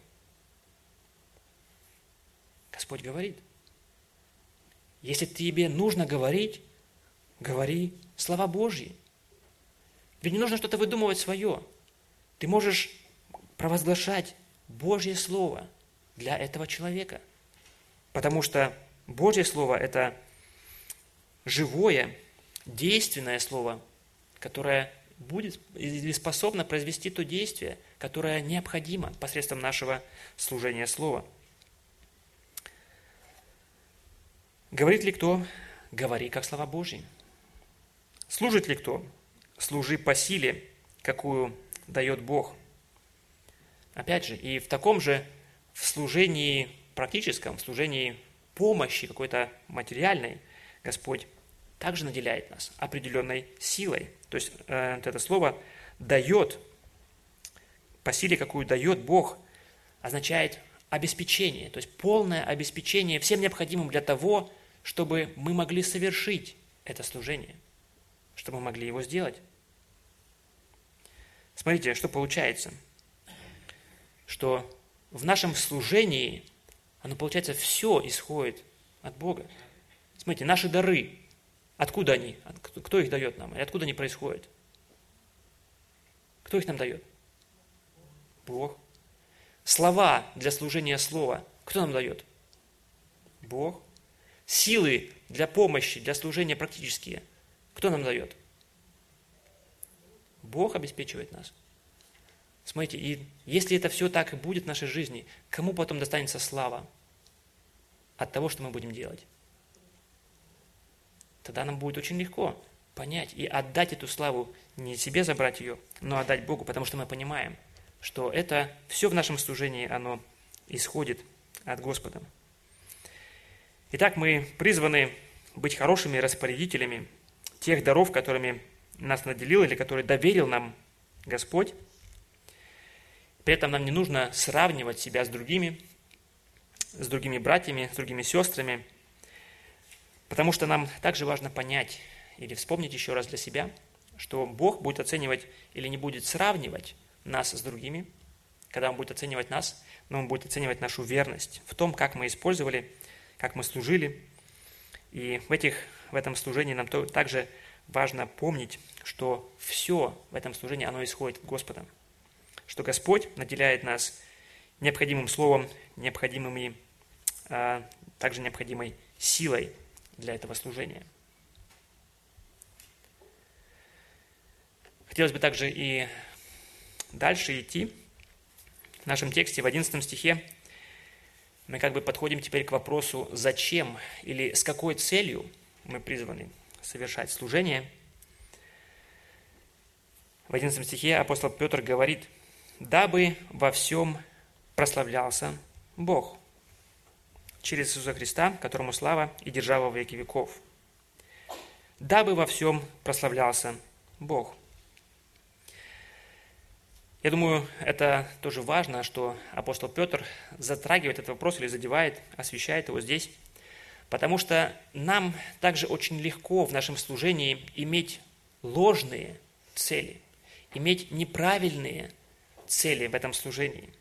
Господь говорит. Если тебе нужно говорить, говори слова Божьи. Ведь не нужно что-то выдумывать свое. Ты можешь провозглашать Божье Слово для этого человека. Потому что Божье Слово – это живое, действенное Слово, которое будет или способно произвести то действие, которое необходимо посредством нашего служения Слова. Говорит ли кто? Говори, как слова Божьи. Служит ли кто? Служи по силе, какую дает Бог. Опять же, и в таком же в служении практическом, в служении помощи какой-то материальной, Господь также наделяет нас определенной силой. То есть э, вот это слово «дает», по силе, какую дает Бог, означает обеспечение, то есть полное обеспечение всем необходимым для того, чтобы мы могли совершить это служение, чтобы мы могли его сделать. Смотрите, что получается. Что в нашем служении, оно, получается, все исходит от Бога. Смотрите, наши дары, откуда они? Кто их дает нам? И откуда они происходят? Кто их нам дает? Бог. Слова для служения слова. Кто нам дает? Бог. Силы для помощи, для служения практические. Кто нам дает? Бог обеспечивает нас. Смотрите, и если это все так и будет в нашей жизни, кому потом достанется слава от того, что мы будем делать? Тогда нам будет очень легко понять и отдать эту славу, не себе забрать ее, но отдать Богу, потому что мы понимаем, что это все в нашем служении, оно исходит от Господа. Итак, мы призваны быть хорошими распорядителями тех даров, которыми нас наделил или которые доверил нам Господь. При этом нам не нужно сравнивать себя с другими, с другими братьями, с другими сестрами, потому что нам также важно понять или вспомнить еще раз для себя, что Бог будет оценивать или не будет сравнивать нас с другими, когда Он будет оценивать нас, но Он будет оценивать нашу верность в том, как мы использовали, как мы служили. И в, этих, в этом служении нам также важно помнить, что все в этом служении, оно исходит от Господа. Что Господь наделяет нас необходимым словом, необходимыми, а также необходимой силой для этого служения. Хотелось бы также и дальше идти. В нашем тексте в одиннадцатом стихе мы как бы подходим теперь к вопросу, зачем или с какой целью мы призваны совершать служение. В одиннадцатом стихе апостол Петр говорит: «Дабы во всем прославлялся Бог через Иисуса Христа, которому слава и держава во веки веков». Дабы во всем прославлялся Бог. Я думаю, это тоже важно, что апостол Петр затрагивает этот вопрос или задевает, освещает его здесь, потому что нам также очень легко в нашем служении иметь ложные цели, иметь неправильные цели в этом служении.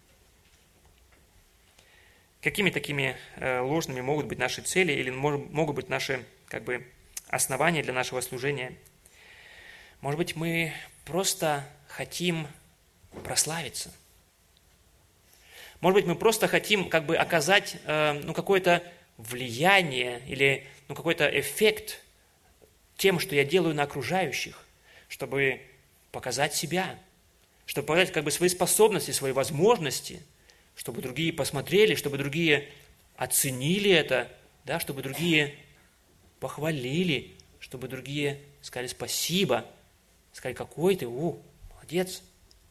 Какими такими ложными могут быть наши цели или могут быть наши как бы основания для нашего служения? Может быть, мы просто хотим прославиться. Может быть, мы просто хотим как бы оказать э, ну, какое-то влияние или ну, какой-то эффект тем, что я делаю на окружающих, чтобы показать себя, чтобы показать как бы свои способности, свои возможности, чтобы другие посмотрели, чтобы другие оценили это, да, чтобы другие похвалили, чтобы другие сказали спасибо, сказали, какой ты, о, молодец.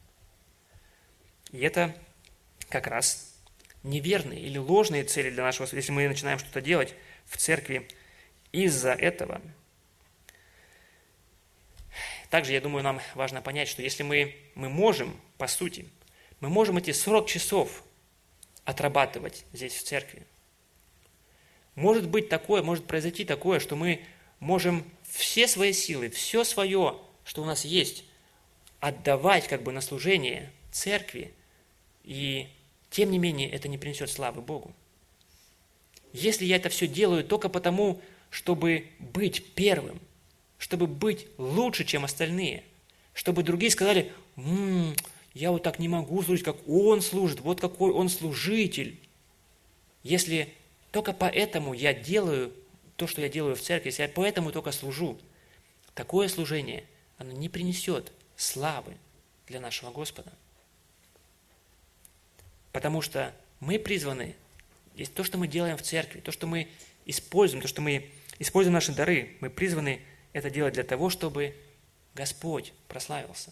И это как раз неверные или ложные цели для нашего, если мы начинаем что-то делать в церкви из-за этого. Также, я думаю, нам важно понять, что если мы, мы можем, по сути, мы можем эти сорок часов отрабатывать здесь в церкви. Может быть такое, может произойти такое, что мы можем все свои силы, все свое, что у нас есть, отдавать как бы на служение церкви, и тем не менее это не принесет славы Богу. Если я это все делаю только потому, чтобы быть первым, чтобы быть лучше, чем остальные, чтобы другие сказали: «М-м, я вот так не могу служить, как он служит, вот какой он служитель». Если только поэтому я делаю то, что я делаю в церкви, если я поэтому только служу, такое служение, оно не принесет славы для нашего Господа. Потому что мы призваны, есть то, что мы делаем в церкви, то, что мы используем, то, что мы используем наши дары, мы призваны это делать для того, чтобы Господь прославился.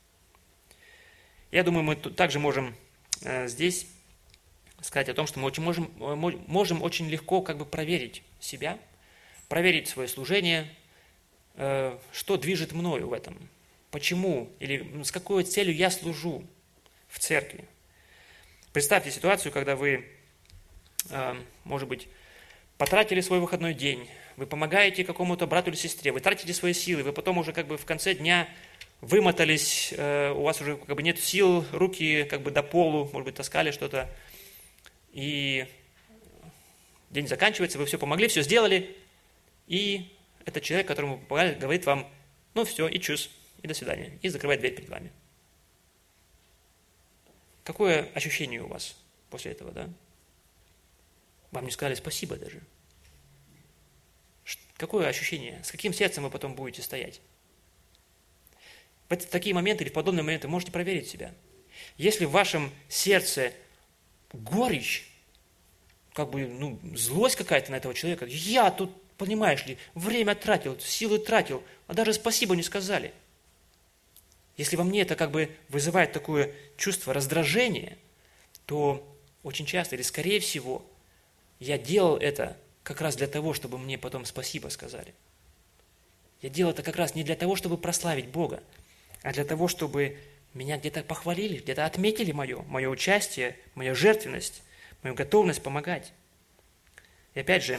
Я думаю, мы также можем э, здесь сказать о том, что мы очень можем, можем очень легко как бы проверить себя, проверить свое служение, э, что движет мною в этом, почему или с какой целью я служу в церкви. Представьте ситуацию, когда вы, э, может быть, потратили свой выходной день, вы помогаете какому-то брату или сестре, вы тратите свои силы, вы потом уже как бы в конце дня вымотались, у вас уже как бы нет сил, руки как бы до полу, может быть, таскали что-то, и день заканчивается, вы все помогли, все сделали, и этот человек, которому вы помогали, говорит вам: ну все, и чус, и до свидания, и закрывает дверь перед вами. Какое ощущение у вас после этого, да? Вам не сказали спасибо даже. Какое ощущение? С каким сердцем вы потом будете стоять? В такие моменты или в подобные моменты можете проверить себя. Если в вашем сердце горечь, как бы, ну, злость какая-то на этого человека, я тут, понимаешь ли, время тратил, силы тратил, а даже спасибо не сказали. Если во мне это как бы вызывает такое чувство раздражения, то очень часто или скорее всего я делал это как раз для того, чтобы мне потом спасибо сказали. Я делал это как раз не для того, чтобы прославить Бога, а для того, чтобы меня где-то похвалили, где-то отметили мое, мое участие, мою жертвенность, мою готовность помогать. И опять же,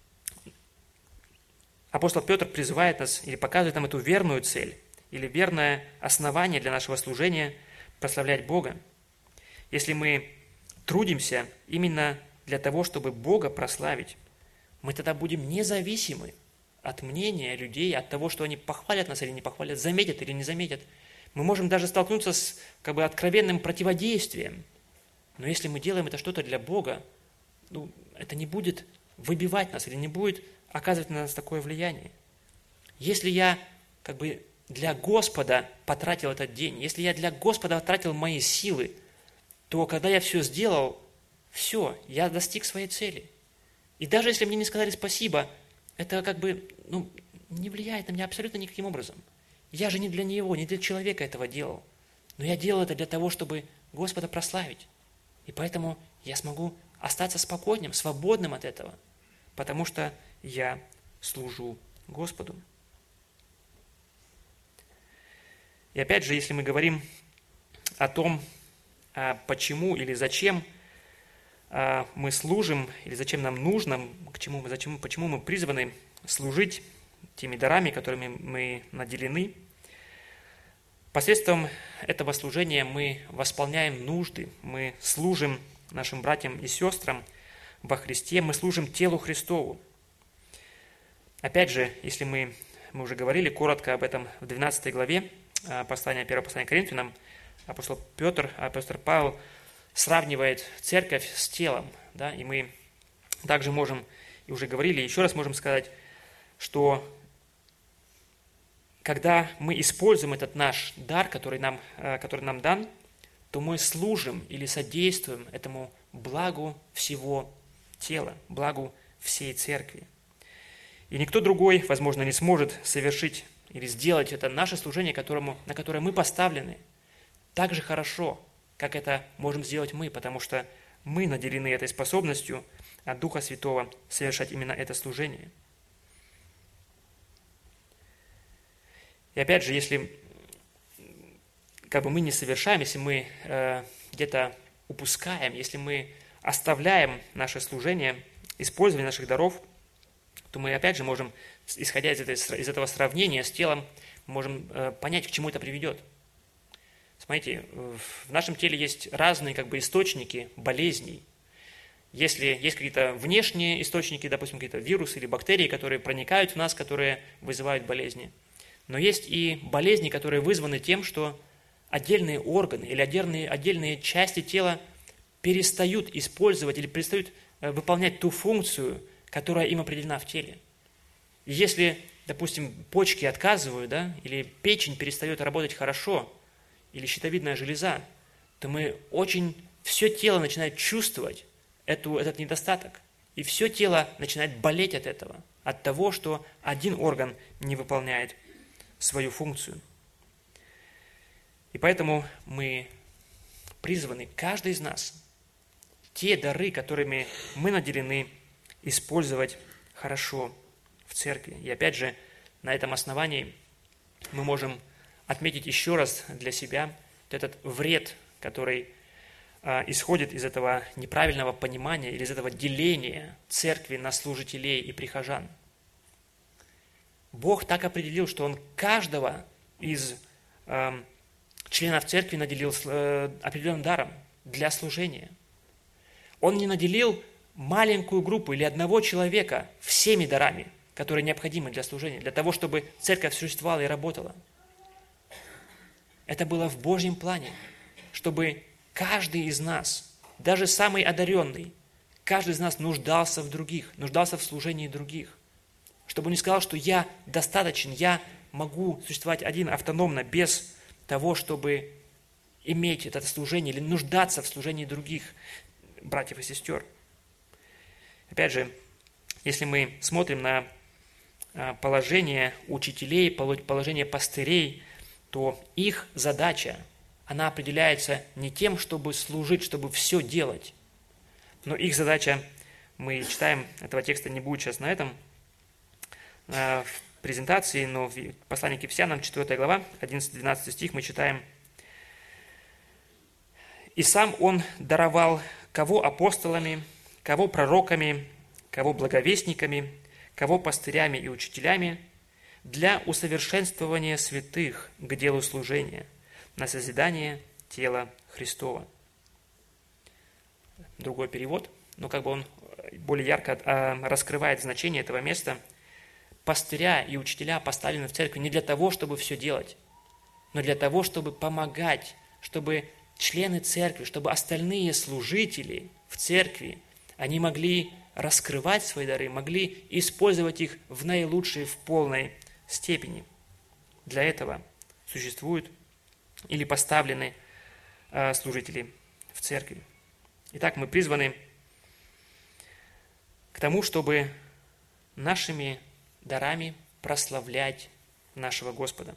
апостол Петр призывает нас или показывает нам эту верную цель, или верное основание для нашего служения прославлять Бога. Если мы трудимся именно для того, чтобы Бога прославить, мы тогда будем независимы от мнения людей, от того, что они похвалят нас или не похвалят, заметят или не заметят. Мы можем даже столкнуться с как бы откровенным противодействием. Но если мы делаем это что-то для Бога, ну, это не будет выбивать нас или не будет оказывать на нас такое влияние. Если я как бы для Господа потратил этот день, если я для Господа потратил мои силы, то когда я все сделал, все, я достиг своей цели. И даже если мне не сказали спасибо, это как бы, ну, не влияет на меня абсолютно никаким образом. Я же не для него, не для человека этого делал. Но я делал это для того, чтобы Господа прославить. И поэтому я смогу остаться спокойным, свободным от этого, потому что я служу Господу. И опять же, если мы говорим о том, почему или зачем мы служим, или зачем нам нужно, к чему мы, зачем, почему мы призваны служить теми дарами, которыми мы наделены. Посредством этого служения мы восполняем нужды, мы служим нашим братьям и сестрам во Христе, мы служим телу Христову. Опять же, если мы, мы уже говорили коротко об этом в двенадцатой главе послания, первого послания к Коринфянам, апостол Петр, апостол Павел сравнивает церковь с телом, да, и мы также можем, и уже говорили, еще раз можем сказать, что когда мы используем этот наш дар, который нам, который нам дан, то мы служим или содействуем этому благу всего тела, благу всей церкви. И никто другой, возможно, не сможет совершить или сделать это наше служение, которому, на которое мы поставлены, так же хорошо, как это можем сделать мы, потому что мы наделены этой способностью от Духа Святого совершать именно это служение. И опять же, если как бы мы не совершаем, если мы э, где-то упускаем, если мы оставляем наше служение, использование наших даров, то мы опять же можем, исходя из, этой, из этого сравнения с телом, можем э, понять, к чему это приведет. Смотрите, в нашем теле есть разные как бы источники болезней. Если есть какие-то внешние источники, допустим, какие-то вирусы или бактерии, которые проникают в нас, которые вызывают болезни. Но есть и болезни, которые вызваны тем, что отдельные органы или отдельные, отдельные части тела перестают использовать или перестают выполнять ту функцию, которая им определена в теле. И если, допустим, почки отказывают, да, или печень перестает работать хорошо, или щитовидная железа, то мы очень, все тело начинает чувствовать эту, этот недостаток. И все тело начинает болеть от этого, от того, что один орган не выполняет свою функцию. И поэтому мы призваны, каждый из нас, те дары, которыми мы наделены, использовать хорошо в церкви. И опять же, на этом основании мы можем отметить еще раз для себя этот вред, который а, исходит из этого неправильного понимания или из этого деления церкви на служителей и прихожан. Бог так определил, что Он каждого из э, членов церкви наделил э, определенным даром для служения. Он не наделил маленькую группу или одного человека всеми дарами, которые необходимы для служения, для того, чтобы церковь существовала и работала. Это было в Божьем плане, чтобы каждый из нас, даже самый одаренный, каждый из нас нуждался в других, нуждался в служении других. Чтобы он не сказал, что я достаточен, я могу существовать один автономно, без того, чтобы иметь это служение или нуждаться в служении других братьев и сестер. Опять же, если мы смотрим на положение учителей, положение пастырей, то их задача, она определяется не тем, чтобы служить, чтобы все делать, но их задача, мы читаем, этого текста не будет сейчас на этом, в презентации, но в послании к Ефесянам, четвёртая глава, одиннадцатый-двенадцатый стих, мы читаем: «И сам Он даровал кого апостолами, кого пророками, кого благовестниками, кого пастырями и учителями, для усовершенствования святых к делу служения, на созидание тела Христова». Другой перевод, но как бы он более ярко раскрывает значение этого места. Пастыря и учителя поставлены в церкви не для того, чтобы все делать, но для того, чтобы помогать, чтобы члены церкви, чтобы остальные служители в церкви, они могли раскрывать свои дары, могли использовать их в наилучшей, в полной степени. Для этого существуют или поставлены э, служители в церкви. Итак, мы призваны к тому, чтобы нашими дарами прославлять нашего Господа.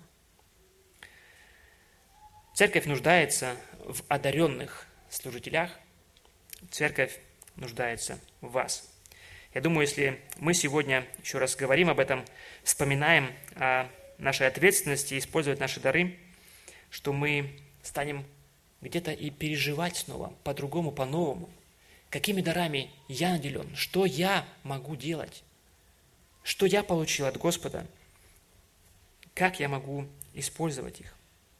Церковь нуждается в одаренных служителях, церковь нуждается в вас. Я думаю, если мы сегодня еще раз говорим об этом, вспоминаем о нашей ответственности использовать наши дары, что мы станем где-то и переживать снова, по-другому, по-новому. Какими дарами я наделен? Что я могу делать? Что я получил от Господа? Как я могу использовать их?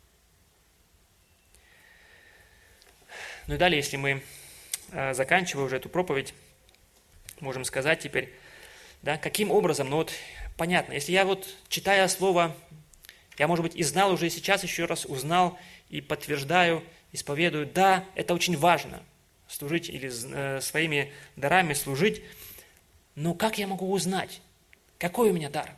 Ну и далее, если мы, заканчивая уже эту проповедь, можем сказать теперь, да, каким образом, ну вот понятно, если я вот, читая слово, я, может быть, и знал уже, и сейчас еще раз узнал, и подтверждаю, исповедую, да, это очень важно, служить или э, своими дарами служить, но как я могу узнать, какой у меня дар?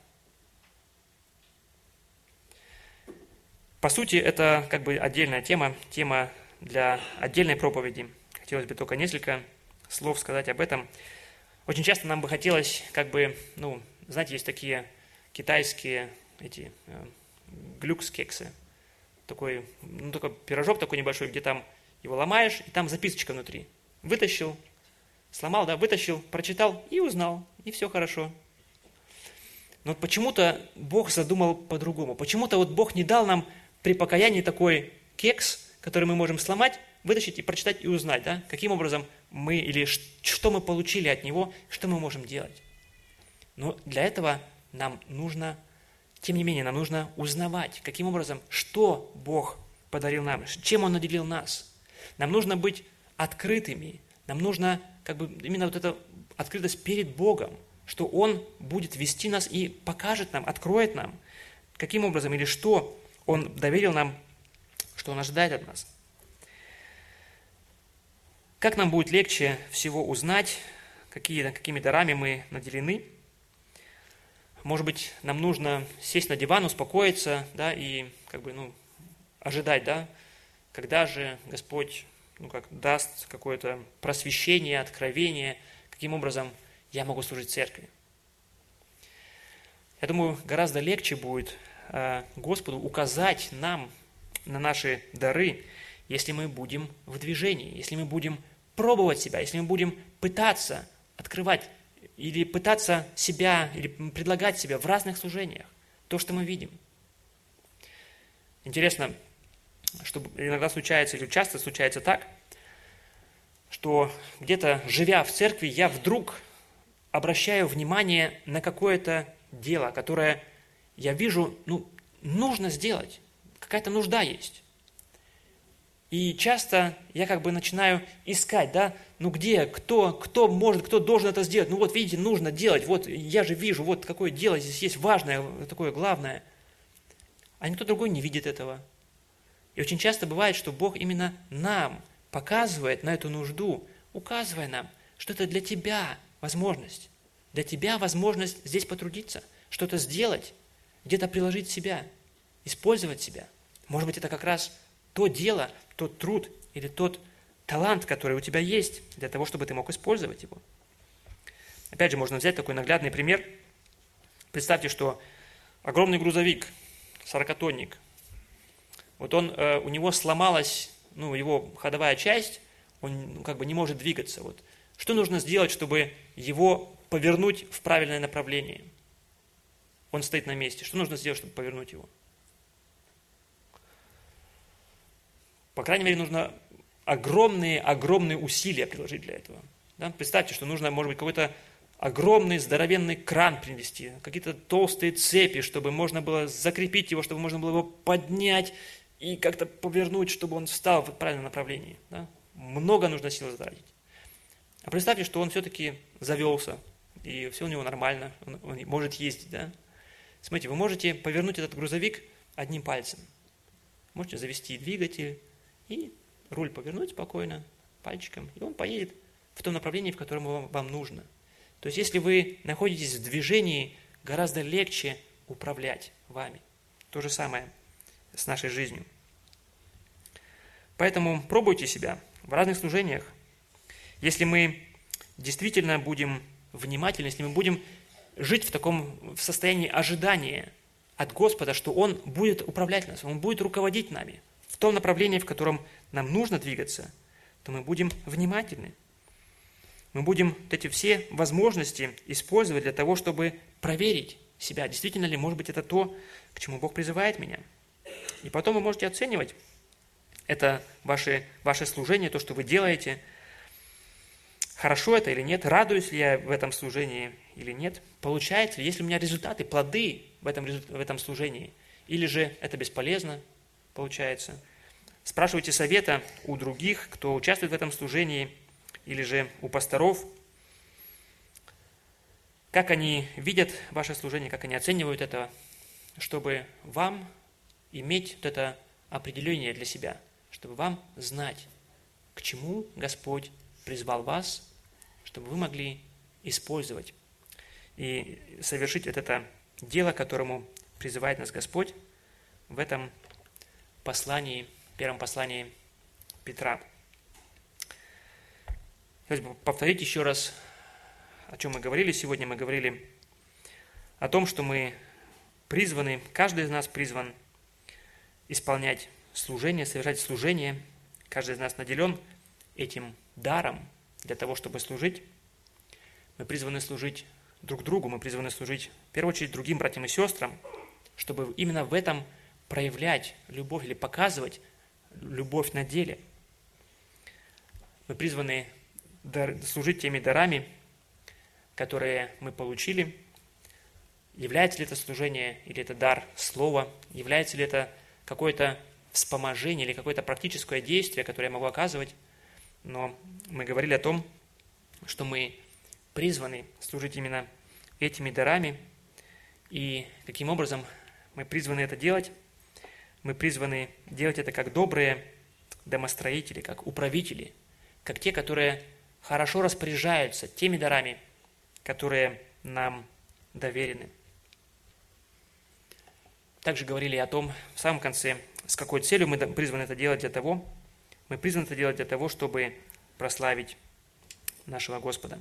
По сути, это как бы отдельная тема, тема для отдельной проповеди. Хотелось бы только несколько слов сказать об этом. Очень часто нам бы хотелось, как бы, ну, знаете, есть такие китайские эти э, глюкс-кексы. Такой, ну, такой пирожок такой небольшой, где там его ломаешь, и там записочка внутри. Вытащил, сломал, да, вытащил, прочитал и узнал, и все хорошо. Но вот почему-то Бог задумал по-другому. Почему-то вот Бог не дал нам при покаянии такой кекс, который мы можем сломать, вытащить и прочитать и узнать, да, каким образом мы, или что мы получили от Него, что мы можем делать. Но для этого нам нужно, тем не менее, нам нужно узнавать, каким образом, что Бог подарил нам, чем Он наделил нас. Нам нужно быть открытыми, нам нужно как бы именно вот эта открытость перед Богом, что Он будет вести нас и покажет нам, откроет нам, каким образом или что Он доверил нам, что Он ожидает от нас. Как нам будет легче всего узнать, какие, какими дарами мы наделены? Может быть, нам нужно сесть на диван, успокоиться, да, и как бы, ну, ожидать, да, когда же Господь, ну, как, даст какое-то просвещение, откровение, каким образом я могу служить церкви. Я думаю, гораздо легче будет э, Господу указать нам на наши дары, если мы будем в движении, если мы будем пробовать себя, если мы будем пытаться открывать или пытаться себя, или предлагать себя в разных служениях, то, что мы видим. Интересно, что иногда случается, или часто случается так, что где-то, живя в церкви, я вдруг обращаю внимание на какое-то дело, которое я вижу, ну, нужно сделать. какая-то нужда есть. И часто я как бы начинаю искать, да, ну где, кто, кто может, кто должен это сделать. Ну вот видите, нужно делать, вот я же вижу, вот какое дело здесь есть важное, такое главное. А никто другой не видит этого. И очень часто бывает, что Бог именно нам показывает на эту нужду, указывая нам, что это для тебя возможность. Для тебя возможность здесь потрудиться, что-то сделать, где-то приложить себя, использовать себя. Может быть, это как раз то дело, тот труд или тот талант, который у тебя есть, для того, чтобы ты мог использовать его. Опять же, можно взять такой наглядный пример. Представьте, что огромный грузовик, сорокатонник, вот он, э, у него сломалась, ну, его ходовая часть, он ну, как бы не может двигаться. Вот. Что нужно сделать, чтобы его повернуть в правильное направление? Он стоит на месте. Что нужно сделать, чтобы повернуть его? По крайней мере, нужно огромные-огромные усилия приложить для этого. Да? Представьте, что нужно, может быть, какой-то огромный здоровенный кран принести, какие-то толстые цепи, чтобы можно было закрепить его, чтобы можно было его поднять и как-то повернуть, чтобы он встал в правильном направлении. Да? Много нужно сил затратить. А представьте, что он все-таки завелся, и все у него нормально, он, он может ездить. Да? Смотрите, вы можете повернуть этот грузовик одним пальцем. Можете завести двигатель и руль повернуть спокойно пальчиком, и он поедет в том направлении, в котором вам, вам нужно. То есть, если вы находитесь в движении, гораздо легче управлять вами. То же самое с нашей жизнью. Поэтому пробуйте себя в разных служениях. Если мы действительно будем внимательны, если мы будем жить в таком в состоянии ожидания от Господа, что Он будет управлять нас, Он будет руководить нами в том направлении, в котором нам нужно двигаться, то мы будем внимательны. Мы будем вот эти все возможности использовать для того, чтобы проверить себя, действительно ли, может быть, это то, к чему Бог призывает меня. И потом вы можете оценивать это ваше, ваше служение, то, что вы делаете, хорошо это или нет, радуюсь ли я в этом служении или нет, получается ли, есть ли у меня результаты, плоды в этом, в этом служении, или же это бесполезно получается. Спрашивайте совета у других, кто участвует в этом служении, или же у пасторов, как они видят ваше служение, как они оценивают это, чтобы вам иметь вот это определение для себя, чтобы вам знать, к чему Господь призвал вас, чтобы вы могли использовать и совершить вот это дело, к которому призывает нас Господь в этом послании, первом послании Петра. Хотелось бы повторить еще раз, о чем мы говорили сегодня. Мы говорили о том, что мы призваны, каждый из нас призван исполнять служение, совершать служение. Каждый из нас наделен этим даром для того, чтобы служить. Мы призваны служить друг другу, мы призваны служить, в первую очередь, другим братьям и сестрам, чтобы именно в этом проявлять любовь или показывать любовь на деле. Мы призваны служить теми дарами, которые мы получили. Является ли это служение или это дар слова, является ли это какое-то вспоможение или какое-то практическое действие, которое я могу оказывать. Но мы говорили о том, что мы призваны служить именно этими дарами. И каким образом мы призваны это делать? Мы призваны делать это как добрые домостроители, как управители, как те, которые хорошо распоряжаются теми дарами, которые нам доверены. Также говорили о том, в самом конце, с какой целью мы призваны это делать для того, мы призваны это делать для того, чтобы прославить нашего Господа.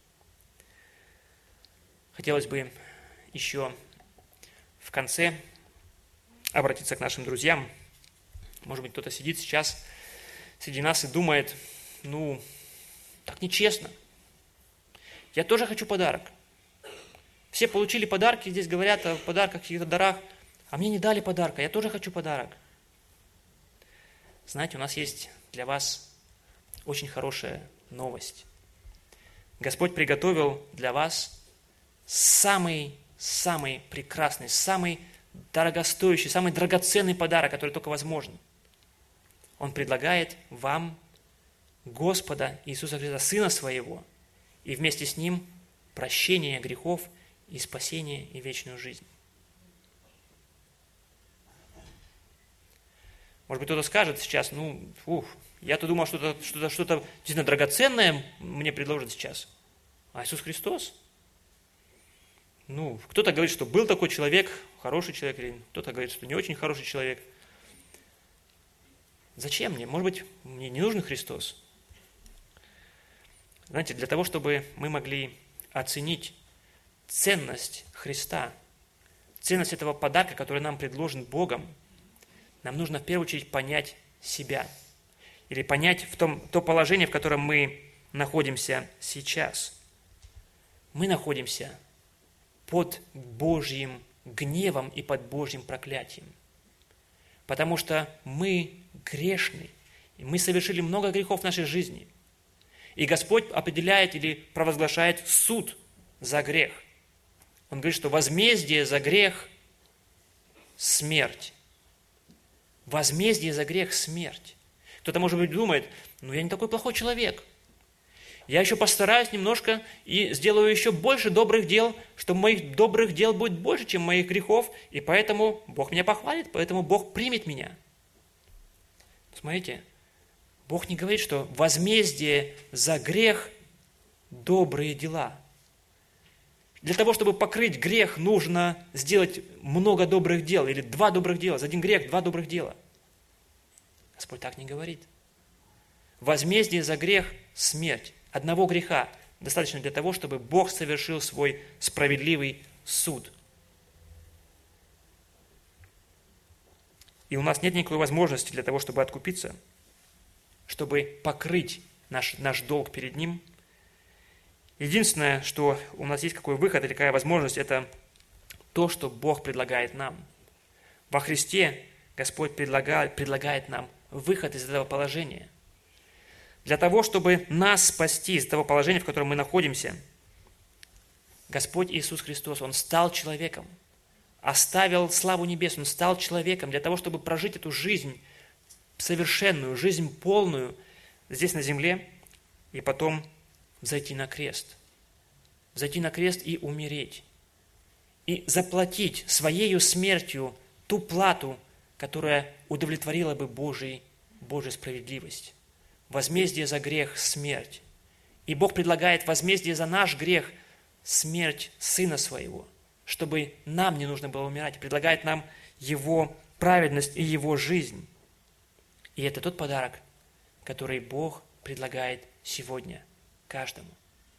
Хотелось бы еще в конце обратиться к нашим друзьям. Может быть, кто-то сидит сейчас среди нас и думает, ну, так нечестно. Я тоже хочу подарок. Все получили подарки, здесь говорят о подарках, каких-то дарах, а мне не дали подарка, я тоже хочу подарок. Знаете, у нас есть для вас очень хорошая новость. Господь приготовил для вас самый-самый прекрасный, самый дорогостоящий, самый драгоценный подарок, который только возможен. Он предлагает вам Господа Иисуса Христа, Сына Своего, и вместе с Ним прощение грехов и спасение и вечную жизнь. Может быть, кто-то скажет сейчас, ну, ух, я-то думал, что-то, что-то, что-то действительно драгоценное мне предложат сейчас. А Иисус Христос? Ну, кто-то говорит, что был такой человек, хороший человек, или кто-то говорит, что не очень хороший человек. Зачем мне? Может быть, мне не нужен Христос? Знаете, для того, чтобы мы могли оценить ценность Христа, ценность этого подарка, который нам предложен Богом, нам нужно в первую очередь понять себя. Или понять в том, то положение, в котором мы находимся сейчас. Мы находимся под Божьим гневом и под Божьим проклятием. Потому что мы грешны, и мы совершили много грехов в нашей жизни. И Господь определяет или провозглашает суд за грех. Он говорит, что возмездие за грех – смерть. Возмездие за грех – смерть. Кто-то, может быть, думает, ну я не такой плохой человек. Я еще постараюсь немножко и сделаю еще больше добрых дел, что моих добрых дел будет больше, чем моих грехов, и поэтому Бог меня похвалит, поэтому Бог примет меня. Смотрите, Бог не говорит, что возмездие за грех – добрые дела. Для того, чтобы покрыть грех, нужно сделать много добрых дел, или два добрых дела. За один грех два добрых дела. Господь так не говорит. Возмездие за грех – смерть. Одного греха достаточно для того, чтобы Бог совершил свой справедливый суд. И у нас нет никакой возможности для того, чтобы откупиться, чтобы покрыть наш, наш долг перед Ним. Единственное, что у нас есть какой выход или какая возможность, это то, что Бог предлагает нам. Во Христе Господь предлагает, предлагает нам выход из этого положения. Для того, чтобы нас спасти из того положения, в котором мы находимся, Господь Иисус Христос, Он стал человеком, оставил славу небес, Он стал человеком для того, чтобы прожить эту жизнь совершенную, жизнь полную здесь на земле, и потом зайти на крест. Зайти на крест и умереть. И заплатить своею смертью ту плату, которая удовлетворила бы Божий, Божью справедливость. Возмездие за грех – смерть. И Бог предлагает возмездие за наш грех – смерть Сына Своего, чтобы нам не нужно было умирать. Предлагает нам Его праведность и Его жизнь. И это тот подарок, который Бог предлагает сегодня каждому.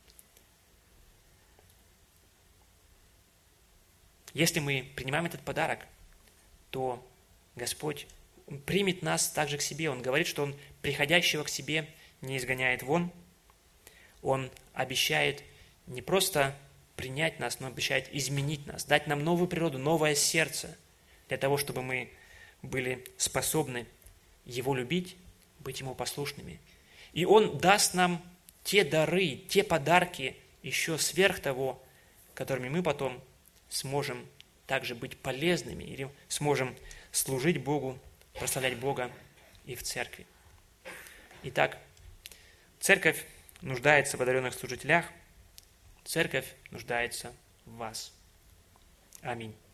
Если мы принимаем этот подарок, то Господь примет нас также к себе. Он говорит, что Он приходящего к себе не изгоняет вон. Он обещает не просто принять нас, но обещает изменить нас, дать нам новую природу, новое сердце, для того, чтобы мы были способны Его любить, быть Ему послушными. И Он даст нам те дары, те подарки еще сверх того, которыми мы потом сможем также быть полезными или сможем служить Богу, прославлять Бога и в церкви. Итак, церковь нуждается в одаренных служителях, церковь нуждается в вас. Аминь.